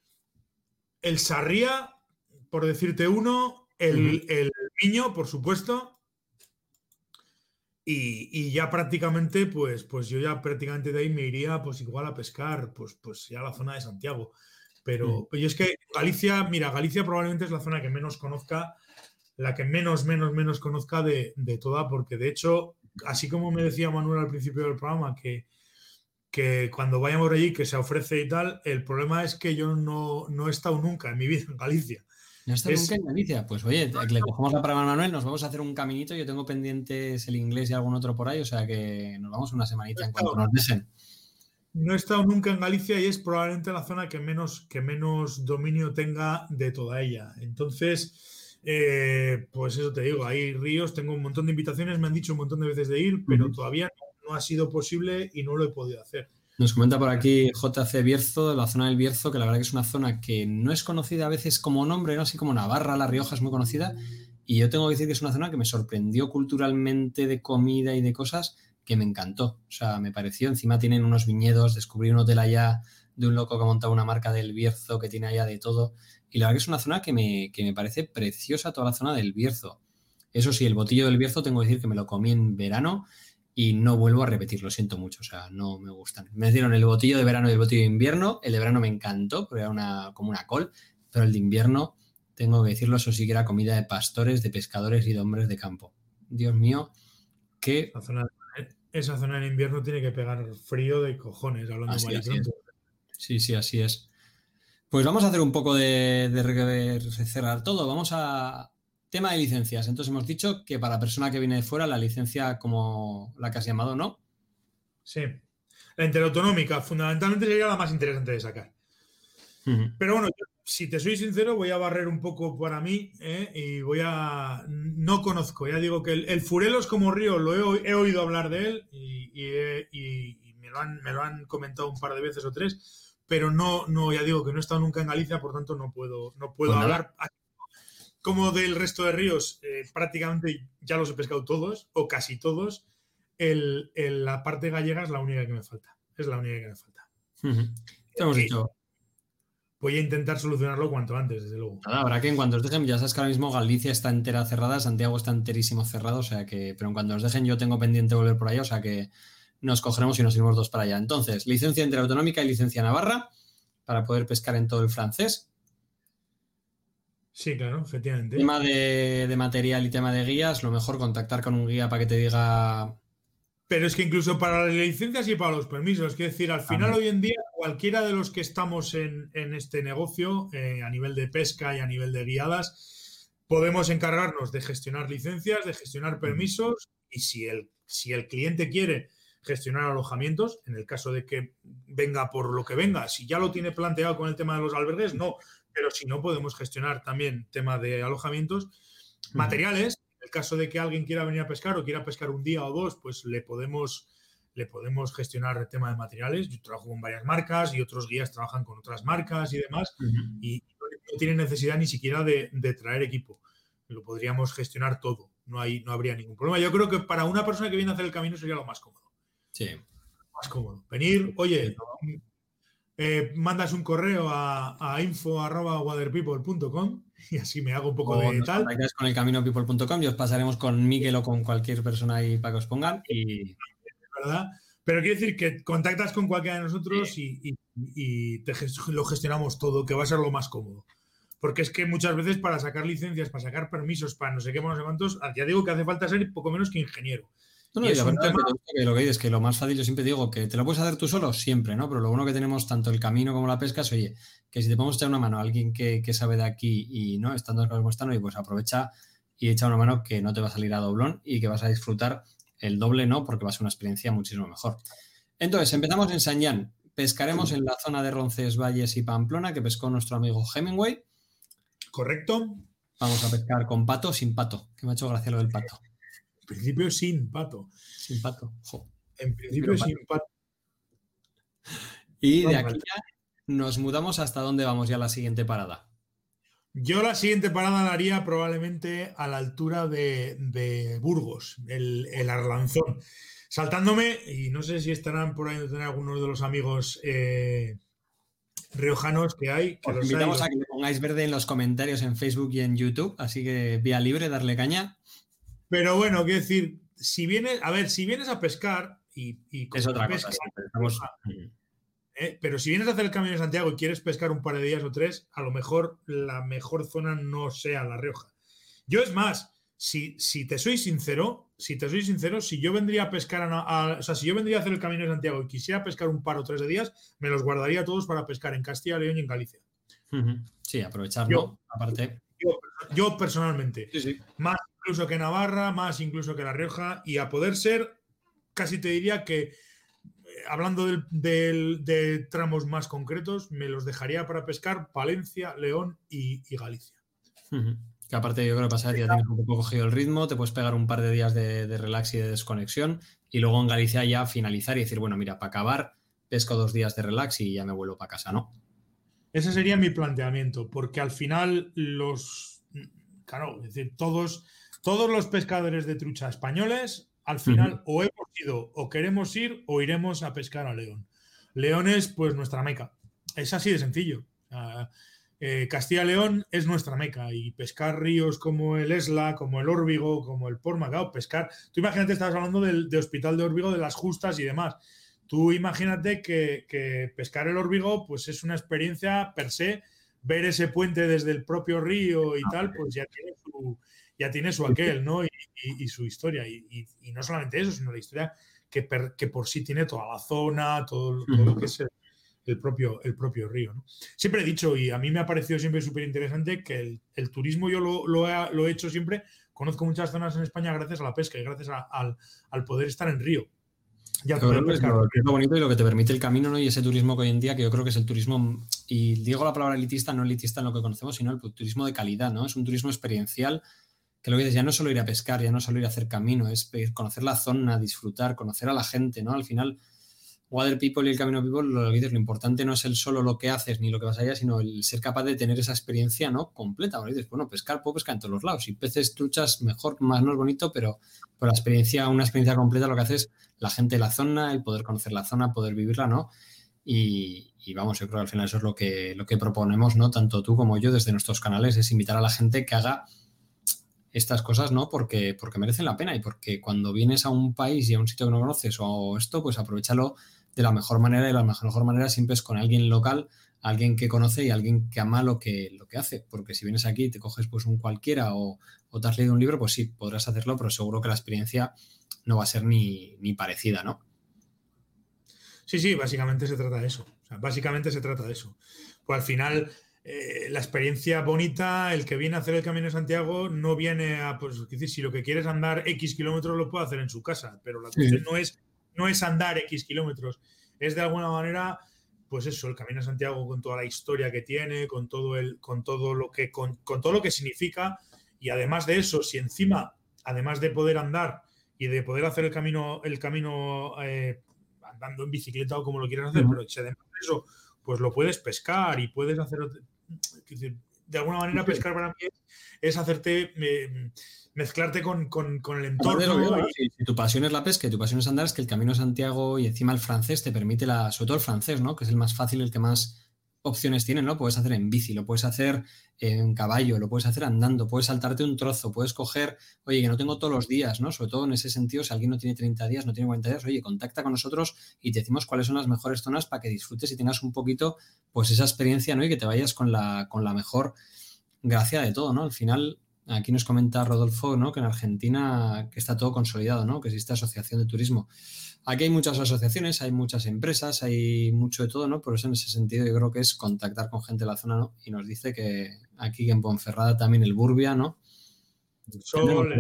Sarria, por decirte uno, el Miño, por supuesto, y ya prácticamente, pues yo ya prácticamente de ahí me iría pues igual a pescar, pues ya a la zona de Santiago. Pero y es que Galicia probablemente es la zona que menos conozca, la que menos conozca de toda, porque de hecho, así como me decía Manuel al principio del programa, que cuando vayamos allí, que se ofrece y tal, el problema es que yo no he estado nunca en mi vida en Galicia. ¿No has estado nunca en Galicia? Pues oye, le cogemos la palabra a Manuel, nos vamos a hacer un caminito, yo tengo pendientes el inglés y algún otro por ahí, o sea que nos vamos una semanita en cuanto nos dejen. No he estado nunca en Galicia y es probablemente la zona que menos dominio tenga de toda ella. Entonces, pues eso te digo, hay ríos, tengo un montón de invitaciones, me han dicho un montón de veces de ir, pero todavía no ha sido posible y no lo he podido hacer. Nos comenta por aquí JC Bierzo, de la zona del Bierzo, que la verdad que es una zona que no es conocida a veces como nombre, ¿no? Así como Navarra, La Rioja es muy conocida, y yo tengo que decir que es una zona que me sorprendió culturalmente de comida y de cosas que me encantó. O sea, me pareció, encima tienen unos viñedos, descubrí un hotel allá de un loco que ha montado una marca del Bierzo que tiene allá de todo, y la verdad que es una zona que me parece preciosa, toda la zona del Bierzo. Eso sí, el botillo del Bierzo tengo que decir que me lo comí en verano y no vuelvo a repetir, lo siento mucho, o sea, no me gustan. Me dieron el botillo de verano y el botillo de invierno, el de verano me encantó, porque era como una col, pero el de invierno, tengo que decirlo, eso sí que era comida de pastores, de pescadores y de hombres de campo. Dios mío, qué... Esa zona en invierno tiene que pegar frío de cojones, hablando mal y pronto. Sí, así es. Pues vamos a hacer un poco de cerrar todo, vamos a... Tema de licencias. Entonces hemos dicho que para la persona que viene de fuera, la licencia como la que has llamado, ¿no? Sí. La interautonómica, fundamentalmente, sería la más interesante de sacar. Pero bueno, si te soy sincero, voy a barrer un poco para mí, y no conozco, ya digo que el Furelos como río he oído hablar de él y me lo han comentado un par de veces o tres, pero no, ya digo que no he estado nunca en Galicia, por tanto no puedo pues hablar. Como del resto de ríos, prácticamente ya los he pescado todos, o casi todos. La parte gallega es la única que me falta. Es la única que me falta. Te hemos dicho. voy a intentar solucionarlo cuanto antes, desde luego. Nada, habrá que en cuanto os dejen, ya sabes que ahora mismo Galicia está entera cerrada, Santiago está enterísimo cerrado, o sea que, pero en cuanto os dejen yo tengo pendiente volver por allá, o sea que nos cogeremos y nos iremos 2 para allá. Entonces, licencia interautonómica y licencia navarra para poder pescar en todo el francés. Sí, claro, efectivamente. Tema de material y tema de guías, lo mejor contactar con un guía para que te diga... Pero es que incluso para las licencias y para los permisos, quiero decir, al final hoy en día cualquiera de los que estamos en este negocio, a nivel de pesca y a nivel de guiadas, podemos encargarnos de gestionar licencias, de gestionar permisos y si el cliente quiere gestionar alojamientos, en el caso de que venga por lo que venga, si ya lo tiene planteado con el tema de los albergues, no, pero si no podemos gestionar también tema de alojamientos, materiales. En el caso de que alguien quiera venir a pescar o quiera pescar un día o 2, pues le podemos gestionar el tema de materiales. Yo trabajo con varias marcas y otros guías trabajan con otras marcas y demás, y no tienen necesidad ni siquiera de traer equipo. Lo podríamos gestionar todo. No habría ningún problema. Yo creo que para una persona que viene a hacer el camino sería lo más cómodo. Sí. Más cómodo. Venir, oye, mandas un correo a info@waterpeople.com y así me hago un poco de tal. Contactáis con elcaminopeople.com y os pasaremos con Miguel o con cualquier persona ahí para que os pongan. Y... ¿verdad? Pero quiero decir que contactas con cualquiera de nosotros y lo gestionamos todo, que va a ser lo más cómodo. Porque es que muchas veces para sacar licencias, para sacar permisos, para no sé qué, no sé cuántos, ya digo que hace falta ser poco menos que ingeniero. No, y la verdad que lo que dices, que lo más fácil, yo siempre digo que te lo puedes hacer tú solo, siempre, ¿no? Pero lo bueno que tenemos tanto el camino como la pesca es, oye, que si te podemos echar una mano a alguien que sabe de aquí y no, estando las cosas como están, oye, pues aprovecha y echa una mano que no te va a salir a doblón y que vas a disfrutar el doble, ¿no? Porque va a ser una experiencia muchísimo mejor. Entonces, empezamos en San Jan. Pescaremos en la zona de Roncesvalles y Pamplona, que pescó nuestro amigo Hemingway. Correcto. Vamos a pescar con pato o sin pato, que me ha hecho gracia lo del pato. En principio sin pato. Sin pato. Jo. En principio sin pato. Y de aquí ya nos mudamos hasta dónde vamos ya a la siguiente parada. Yo la siguiente parada la haría probablemente a la altura de Burgos, el Arlanzón. Saltándome, y no sé si estarán por ahí de tener algunos de los amigos riojanos que hay. Que os invitamos a que le pongáis verde en los comentarios en Facebook y en YouTube, así que vía libre, darle caña. Pero bueno, quiero decir, si vienes a pescar y es otra cosa. Pero si vienes a hacer el Camino de Santiago y quieres pescar un par de días o 3, a lo mejor la mejor zona no sea La Rioja. Yo es más, si te soy sincero, si yo vendría a pescar, si yo vendría a hacer el Camino de Santiago y quisiera pescar un par o 3 de días, me los guardaría todos para pescar en Castilla, León y en Galicia. Sí, aprovecharlo, aparte. Yo personalmente. Sí. Más incluso que Navarra, más incluso que La Rioja, y a poder ser, casi te diría que, hablando de tramos más concretos, me los dejaría para pescar Palencia, León y Galicia. Que aparte yo creo que pasa que ya tienes un poco cogido el ritmo, te puedes pegar un par de días de relax y de desconexión y luego en Galicia ya finalizar y decir, bueno, mira, para acabar pesco 2 días de relax y ya me vuelvo para casa, ¿no? Ese sería mi planteamiento, porque al final claro, es decir, todos los pescadores de trucha españoles, al final o hemos ido o queremos ir o iremos a pescar a León. León es pues nuestra meca. Es así de sencillo. Castilla-León es nuestra meca y pescar ríos como el Esla, como el Órbigo, como el Porma, claro, pescar. Tú imagínate, estabas hablando de Hospital de Órbigo, de las Justas y demás. Tú imagínate que pescar el Órbigo pues es una experiencia per se. Ver ese puente desde el propio río y tal, pues ya tiene su aquel, ¿no? Y su historia. Y no solamente eso, sino la historia que por sí tiene toda la zona, todo lo que es el propio río, ¿no? Siempre he dicho, y a mí me ha parecido siempre súper interesante, que el turismo yo lo he hecho siempre. Conozco muchas zonas en España gracias a la pesca y gracias al poder estar en río. Ya es lo bonito y lo que te permite el camino, ¿no? Y ese turismo que hoy en día, que yo creo que es el turismo, y digo la palabra elitista, no elitista en lo que conocemos, sino el turismo de calidad, ¿no? Es un turismo experiencial, que lo que dices, ya no es solo ir a pescar, ya no es solo ir a hacer camino, es conocer la zona, disfrutar, conocer a la gente, ¿no? Al final, Water People y el Camino People, lo que dices, lo importante no es el solo lo que haces ni lo que vas allá, sino el ser capaz de tener esa experiencia, ¿no? Completa. Porque dices, bueno, puedo pescar en todos los lados. Y peces, truchas, mejor, más no es bonito, pero la experiencia, una experiencia completa, lo que hace es la gente de la zona, el poder conocer la zona, poder vivirla, ¿no? Y vamos, yo creo que al final eso es lo que proponemos, ¿no? Tanto tú como yo desde nuestros canales, es invitar a la gente que haga estas cosas, ¿no? Porque merecen la pena y porque cuando vienes a un país y a un sitio que no conoces o esto, pues aprovechalo de la mejor manera, y la mejor manera siempre es con alguien local, alguien que conoce y alguien que ama lo que hace, porque si vienes aquí y te coges pues un cualquiera o te has leído un libro, pues sí, podrás hacerlo, pero seguro que la experiencia no va a ser ni parecida, ¿no? Sí, básicamente se trata de eso. O sea, básicamente se trata de eso. Pues al final, la experiencia bonita, el que viene a hacer el Camino de Santiago no viene a, pues, es decir, si lo que quieres andar X kilómetros lo puede hacer en su casa, pero la cuestión no es andar X kilómetros, es de alguna manera, pues eso, el Camino de Santiago con toda la historia que tiene, con todo lo que significa, y además de eso, si encima, además de poder andar y de poder hacer el camino andando en bicicleta o como lo quieras hacer, pero si además de eso, pues lo puedes pescar y puedes hacer, de alguna manera pescar para mí es hacerte, mezclarte con el entorno. Si tu pasión es la pesca y tu pasión es andar, es que el Camino de Santiago y encima el francés te permite, sobre todo el francés, ¿no? Que es el más fácil, el que más opciones tiene, ¿no? Puedes hacer en bici, lo puedes hacer en caballo, lo puedes hacer andando, puedes saltarte un trozo, puedes coger, oye, que no tengo todos los días, ¿no? Sobre todo en ese sentido, si alguien no tiene 30 días, no tiene 40 días, oye, contacta con nosotros y te decimos cuáles son las mejores zonas para que disfrutes y tengas un poquito, pues esa experiencia, ¿no? Y que te vayas con la mejor gracia de todo, ¿no? Al final, aquí nos comenta Rodolfo, ¿no? Que en Argentina que está todo consolidado, ¿no? Que existe asociación de turismo. Aquí hay muchas asociaciones, hay muchas empresas, hay mucho de todo, ¿no? Por eso en ese sentido yo creo que es contactar con gente de la zona, ¿no? Y nos dice que aquí en Ponferrada también el Burbia, ¿no? Sol,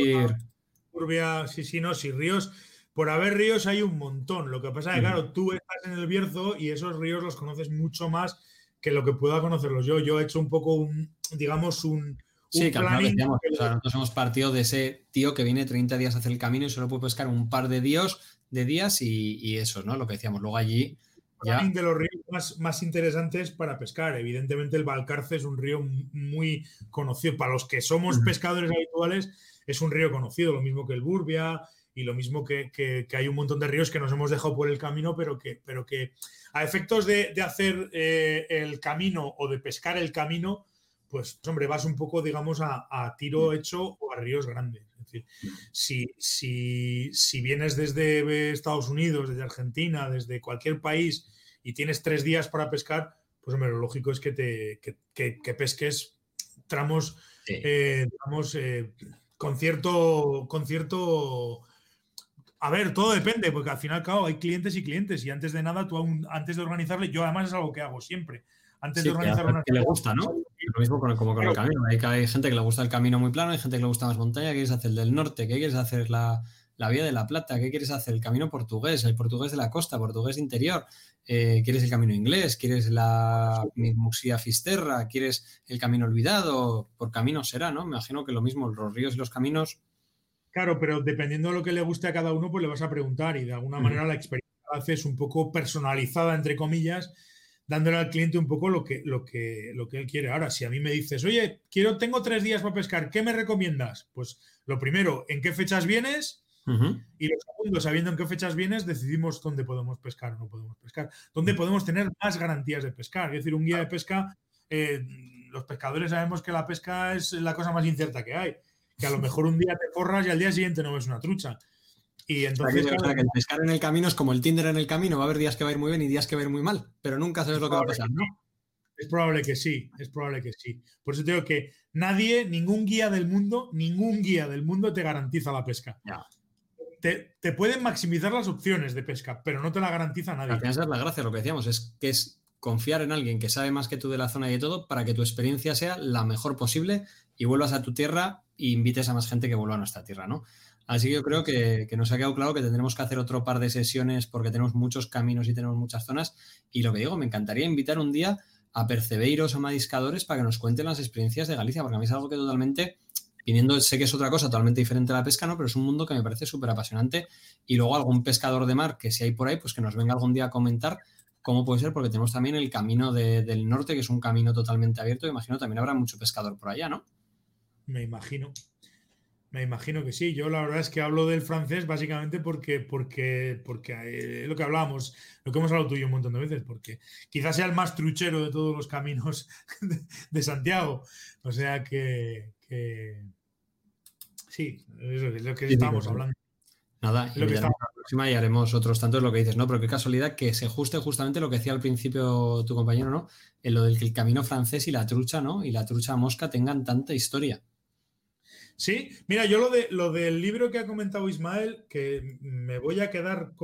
Burbia, sí, no, sí, ríos. Por haber ríos hay un montón. Lo que pasa es que, claro, tú estás en el Bierzo y esos ríos los conoces mucho más que lo que pueda conocerlos yo. Yo he hecho un poco digamos, un planning. O sea, nosotros hemos partido de ese tío que viene 30 días a hacer el camino y solo puede pescar un par de días y eso, ¿no? Lo que decíamos. Luego allí ya... de los ríos más interesantes para pescar. Evidentemente el Valcarce es un río muy conocido. Para los que somos pescadores habituales es un río conocido, lo mismo que el Burbia y lo mismo que hay un montón de ríos que nos hemos dejado por el camino, pero que a efectos de hacer el camino o de pescar el camino, pues hombre, vas un poco, digamos, a tiro hecho o a ríos grandes. Es decir, si vienes desde Estados Unidos, desde Argentina, desde cualquier país y tienes 3 días para pescar, pues hombre, lo lógico es que pesques tramos, digamos, con cierto... A ver, todo depende, porque al final, claro, hay clientes y clientes, y antes de nada, antes de organizarle, yo además es algo que hago siempre. Antes de organizar una... que le gusta, ¿no? Lo mismo como con el camino. Hay gente que le gusta el camino muy plano, hay gente que le gusta más montaña. ¿Qué quieres hacer? ¿El del norte? ¿Qué quieres hacer? La Vía de la Plata. ¿Qué quieres hacer? El camino portugués, el portugués de la costa, portugués interior. ¿Quieres el camino inglés? ¿Quieres la Muxía Fisterra? ¿Quieres el camino olvidado? Por camino será, ¿no? Me imagino que lo mismo, los ríos y los caminos. Claro, pero dependiendo de lo que le guste a cada uno, pues le vas a preguntar y de alguna manera la experiencia la haces un poco personalizada, entre comillas, dándole al cliente un poco lo que él quiere. Ahora, si a mí me dices, oye, tengo 3 días para pescar, ¿qué me recomiendas? Pues lo primero, ¿en qué fechas vienes? Y lo segundo, sabiendo en qué fechas vienes, decidimos dónde podemos pescar o no podemos pescar. Dónde podemos tener más garantías de pescar. Es decir, un guía de pesca, los pescadores sabemos que la pesca es la cosa más incierta que hay. Que a lo mejor un día te forras y al día siguiente no ves una trucha. Y entonces, que el pescar en el camino es como el Tinder en el camino, va a haber días que va a ir muy bien y días que va a ir muy mal, pero nunca sabes lo que va a pasar, ¿no? Es probable que sí. Por eso te digo que ningún guía del mundo te garantiza la pesca. Ya. Te pueden maximizar las opciones de pesca, pero no te la garantiza nadie. Al final esa es la gracia, lo que decíamos, es que es confiar en alguien que sabe más que tú de la zona y de todo para que tu experiencia sea la mejor posible y vuelvas a tu tierra e invites a más gente que vuelva a nuestra tierra, ¿no? Así que yo creo que nos ha quedado claro que tendremos que hacer otro par de sesiones porque tenemos muchos caminos y tenemos muchas zonas. Y lo que digo, me encantaría invitar un día a percebeiros o mariscadores para que nos cuenten las experiencias de Galicia, porque a mí es algo que totalmente, viniendo, sé que es otra cosa totalmente diferente a la pesca, ¿no? Pero es un mundo que me parece súper apasionante. Y luego algún pescador de mar que si hay por ahí, pues que nos venga algún día a comentar cómo puede ser, porque tenemos también el camino del norte, que es un camino totalmente abierto. Imagino también habrá mucho pescador por allá, ¿no? Me imagino. Me imagino que sí. Yo la verdad es que hablo del francés básicamente porque es lo que hablábamos, lo que hemos hablado tú y yo un montón de veces, porque quizás sea el más truchero de todos los caminos de Santiago. O sea que sí, es lo que Sí, sí, estábamos total. hablando. Nada, Es y lo que ya estábamos. la próxima y haremos otros tantos lo que dices, ¿no? Pero qué casualidad que se ajuste justamente lo que decía al principio tu compañero, ¿no? En lo del que el camino francés y la trucha, ¿no? Y la trucha mosca tengan tanta historia. Sí, mira, yo lo del libro que ha comentado Ismael, que me voy a quedar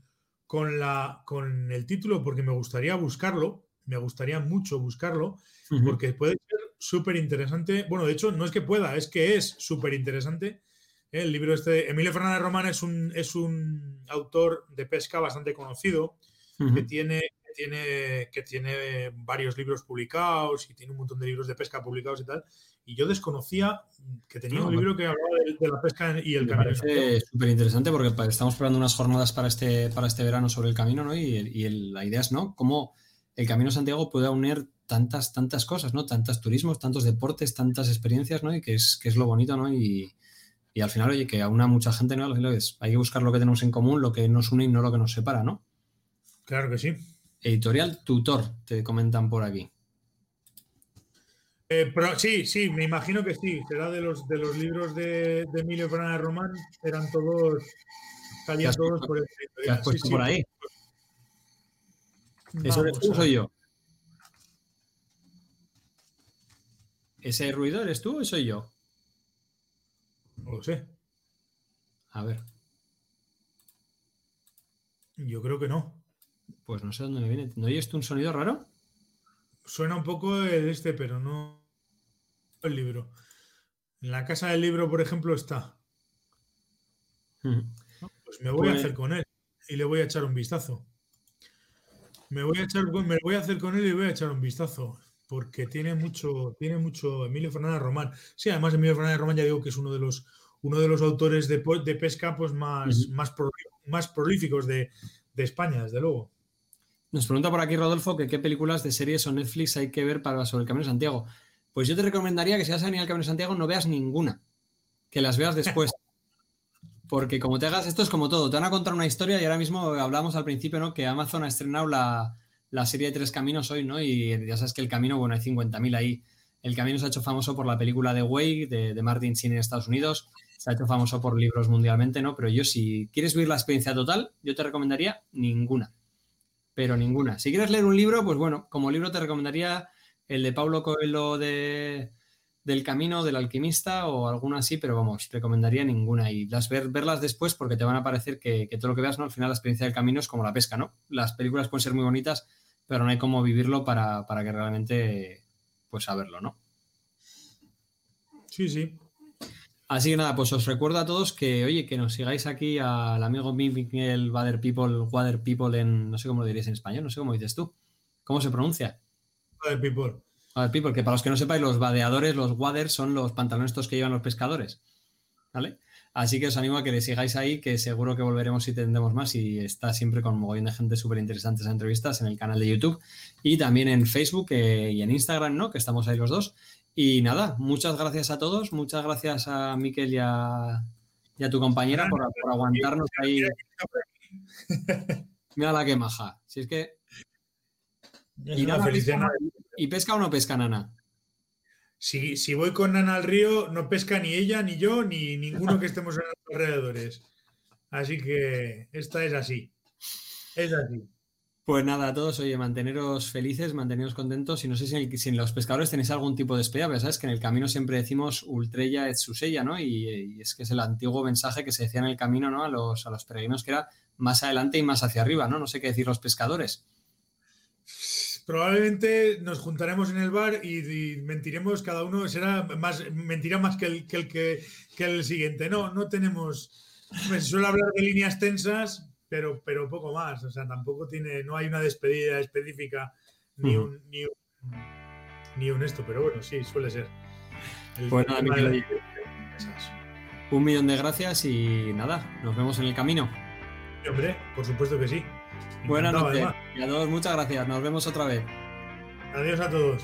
con el título porque me gustaría buscarlo, me gustaría mucho buscarlo, Ujú. porque puede ser súper interesante. Bueno, de hecho, no es que pueda, es que es súper interesante. El libro este, Emilio Fernández Román es un autor de pesca bastante conocido, que Ujú. tiene varios libros publicados y tiene un montón de libros de pesca publicados y tal. Y yo desconocía que tenía No, un libro que hablaba de la pesca y el me Camino de Santiago. parece súper interesante porque estamos preparando unas jornadas para este verano sobre el camino, ¿no? La idea es, ¿no? Cómo el Camino de Santiago puede unir tantas cosas, ¿no? Tantos turismos, tantos deportes, tantas experiencias, ¿no? Y que es lo bonito, ¿no? Y al final, oye, que aúna a mucha gente, ¿no? Hay que buscar lo que tenemos en común, lo que nos une y no lo que nos separa, ¿no? Claro que sí. Editorial Tutor, te comentan por aquí. Pero sí, me imagino que sí. Será de los libros de Emilio Fernández Román, ¿Qué salían has todos puesto, por esta qué has editorial. Sí, puesto sí, por pues ahí? ¿Eso eres vamos tú o a. soy yo? ¿Ese ruido eres tú o soy yo? No lo sé. A ver, Yo creo que no. pues no sé dónde me viene. ¿No oyes tú un sonido raro? Suena un poco el pero no el libro. En la casa del libro, por ejemplo, está. Ujú. ¿No? Pues me voy a Pues, hacer con él y le voy a echar un vistazo. Me voy a hacer con él y voy a echar un vistazo. Porque tiene mucho Emilio Fernández Román. Sí, además Emilio Fernández Román ya digo que es uno de los autores de pesca pues más, ujú. más prolíficos de España, desde luego. Nos pregunta por aquí Rodolfo que qué películas de series o Netflix hay que ver sobre el Camino de Santiago. Pues yo te recomendaría que si vas a venir al Camino de Santiago no veas ninguna, que las veas después. Porque como te hagas esto es como todo, te van a contar una historia y ahora mismo hablábamos al principio, ¿no? Que Amazon ha estrenado la serie de Tres Caminos hoy, ¿no? Y ya sabes que el camino, bueno, hay 50.000 ahí. El camino se ha hecho famoso por la película The Way de Martin Sheen en Estados Unidos, se ha hecho famoso por libros mundialmente, ¿no? Pero yo si quieres vivir la experiencia total, yo te recomendaría ninguna, pero ninguna. Si quieres leer un libro, pues bueno, como libro te recomendaría el de Paulo Coelho del Camino, del Alquimista o alguna así, pero vamos, recomendaría ninguna y verlas después porque te van a parecer que todo lo que veas, ¿no? Al final la experiencia del camino es como la pesca, ¿no? Las películas pueden ser muy bonitas, pero no hay cómo vivirlo para que realmente, pues saberlo, ¿no? Sí, sí. Así que nada, pues os recuerdo a todos que, oye, que nos sigáis aquí al amigo Miguel Water People no sé cómo lo diréis en español, no sé cómo dices tú. ¿Cómo se pronuncia? Joder, People. Water People, que para los que no sepáis, los vadeadores, los waders son los pantalones estos que llevan los pescadores, ¿vale? Así que os animo a que le sigáis ahí, que seguro que volveremos y tendremos más y está siempre con un mogollón de gente súper interesante en entrevistas en el canal de YouTube y también en Facebook y en Instagram, ¿no? Que estamos ahí los dos. Y nada, muchas gracias a todos, muchas gracias a Miquel y a tu compañera Nada, por aguantarnos ahí. mira, Mira la que maja. Si es que... es Y una nada, felicidad. ¿y pesca o no pesca, Nana? Si voy con Nana al río, no pesca ni ella, ni yo, ni ninguno que estemos en los alrededores. Así que esta es así. Es así. Pues nada, a todos, oye, manteneros felices, manteneros contentos y no sé si en los pescadores tenéis algún tipo de despedida, pero sabes que en el camino siempre decimos ultrella et susella, ¿no? Y es que es el antiguo mensaje que se decía en el camino, ¿no? A los peregrinos que era más adelante y más hacia arriba, ¿no? No sé qué decir los pescadores. Probablemente nos juntaremos en el bar y mentiremos, cada uno mentirá más que el siguiente. No tenemos. Se suele hablar de líneas tensas, pero poco más. O sea, no hay una despedida específica ni Uh-huh. un esto, pero bueno, sí, suele ser. Pues El nada, tema de las Miquel, tensas. 1.000.000 de gracias y nada, nos vemos en el camino. Sí, hombre, por supuesto que sí. Buenas Encantado, noches además. y a todos muchas gracias, nos vemos otra vez. Adiós a todos.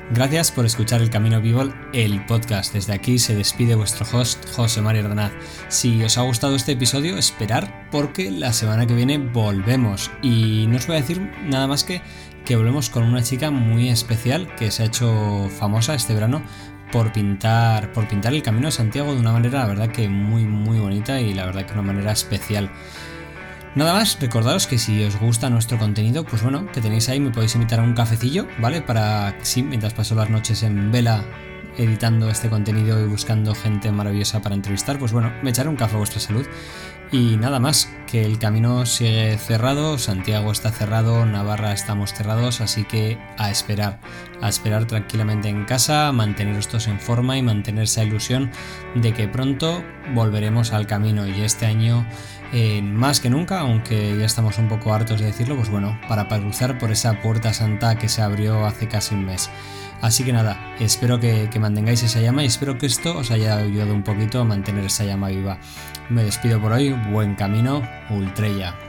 Gracias por escuchar El Camino People, el podcast. Desde aquí se despide vuestro host, José María Ordonaz. Si os ha gustado este episodio, esperar porque la semana que viene volvemos. Y no os voy a decir nada más que volvemos con una chica muy especial que se ha hecho famosa este verano por pintar el Camino de Santiago de una manera, la verdad, que muy bonita y la verdad que de una manera especial. Nada más, recordaros que si os gusta nuestro contenido, pues bueno, que tenéis ahí, me podéis invitar a un cafecillo, ¿vale? Para, sí, mientras paso las noches en vela editando este contenido y buscando gente maravillosa para entrevistar, pues bueno, me echaré un café a vuestra salud. Y nada más, que el camino sigue cerrado, Santiago está cerrado, Navarra estamos cerrados, así que a esperar tranquilamente en casa, manteneros todos en forma y mantener esa ilusión de que pronto volveremos al camino. Y este año, más que nunca, aunque ya estamos un poco hartos de decirlo, pues bueno, para cruzar por esa puerta santa que se abrió hace casi un mes. Así que nada, espero que mantengáis esa llama y espero que esto os haya ayudado un poquito a mantener esa llama viva. Me despido por hoy, buen camino, Ultrella.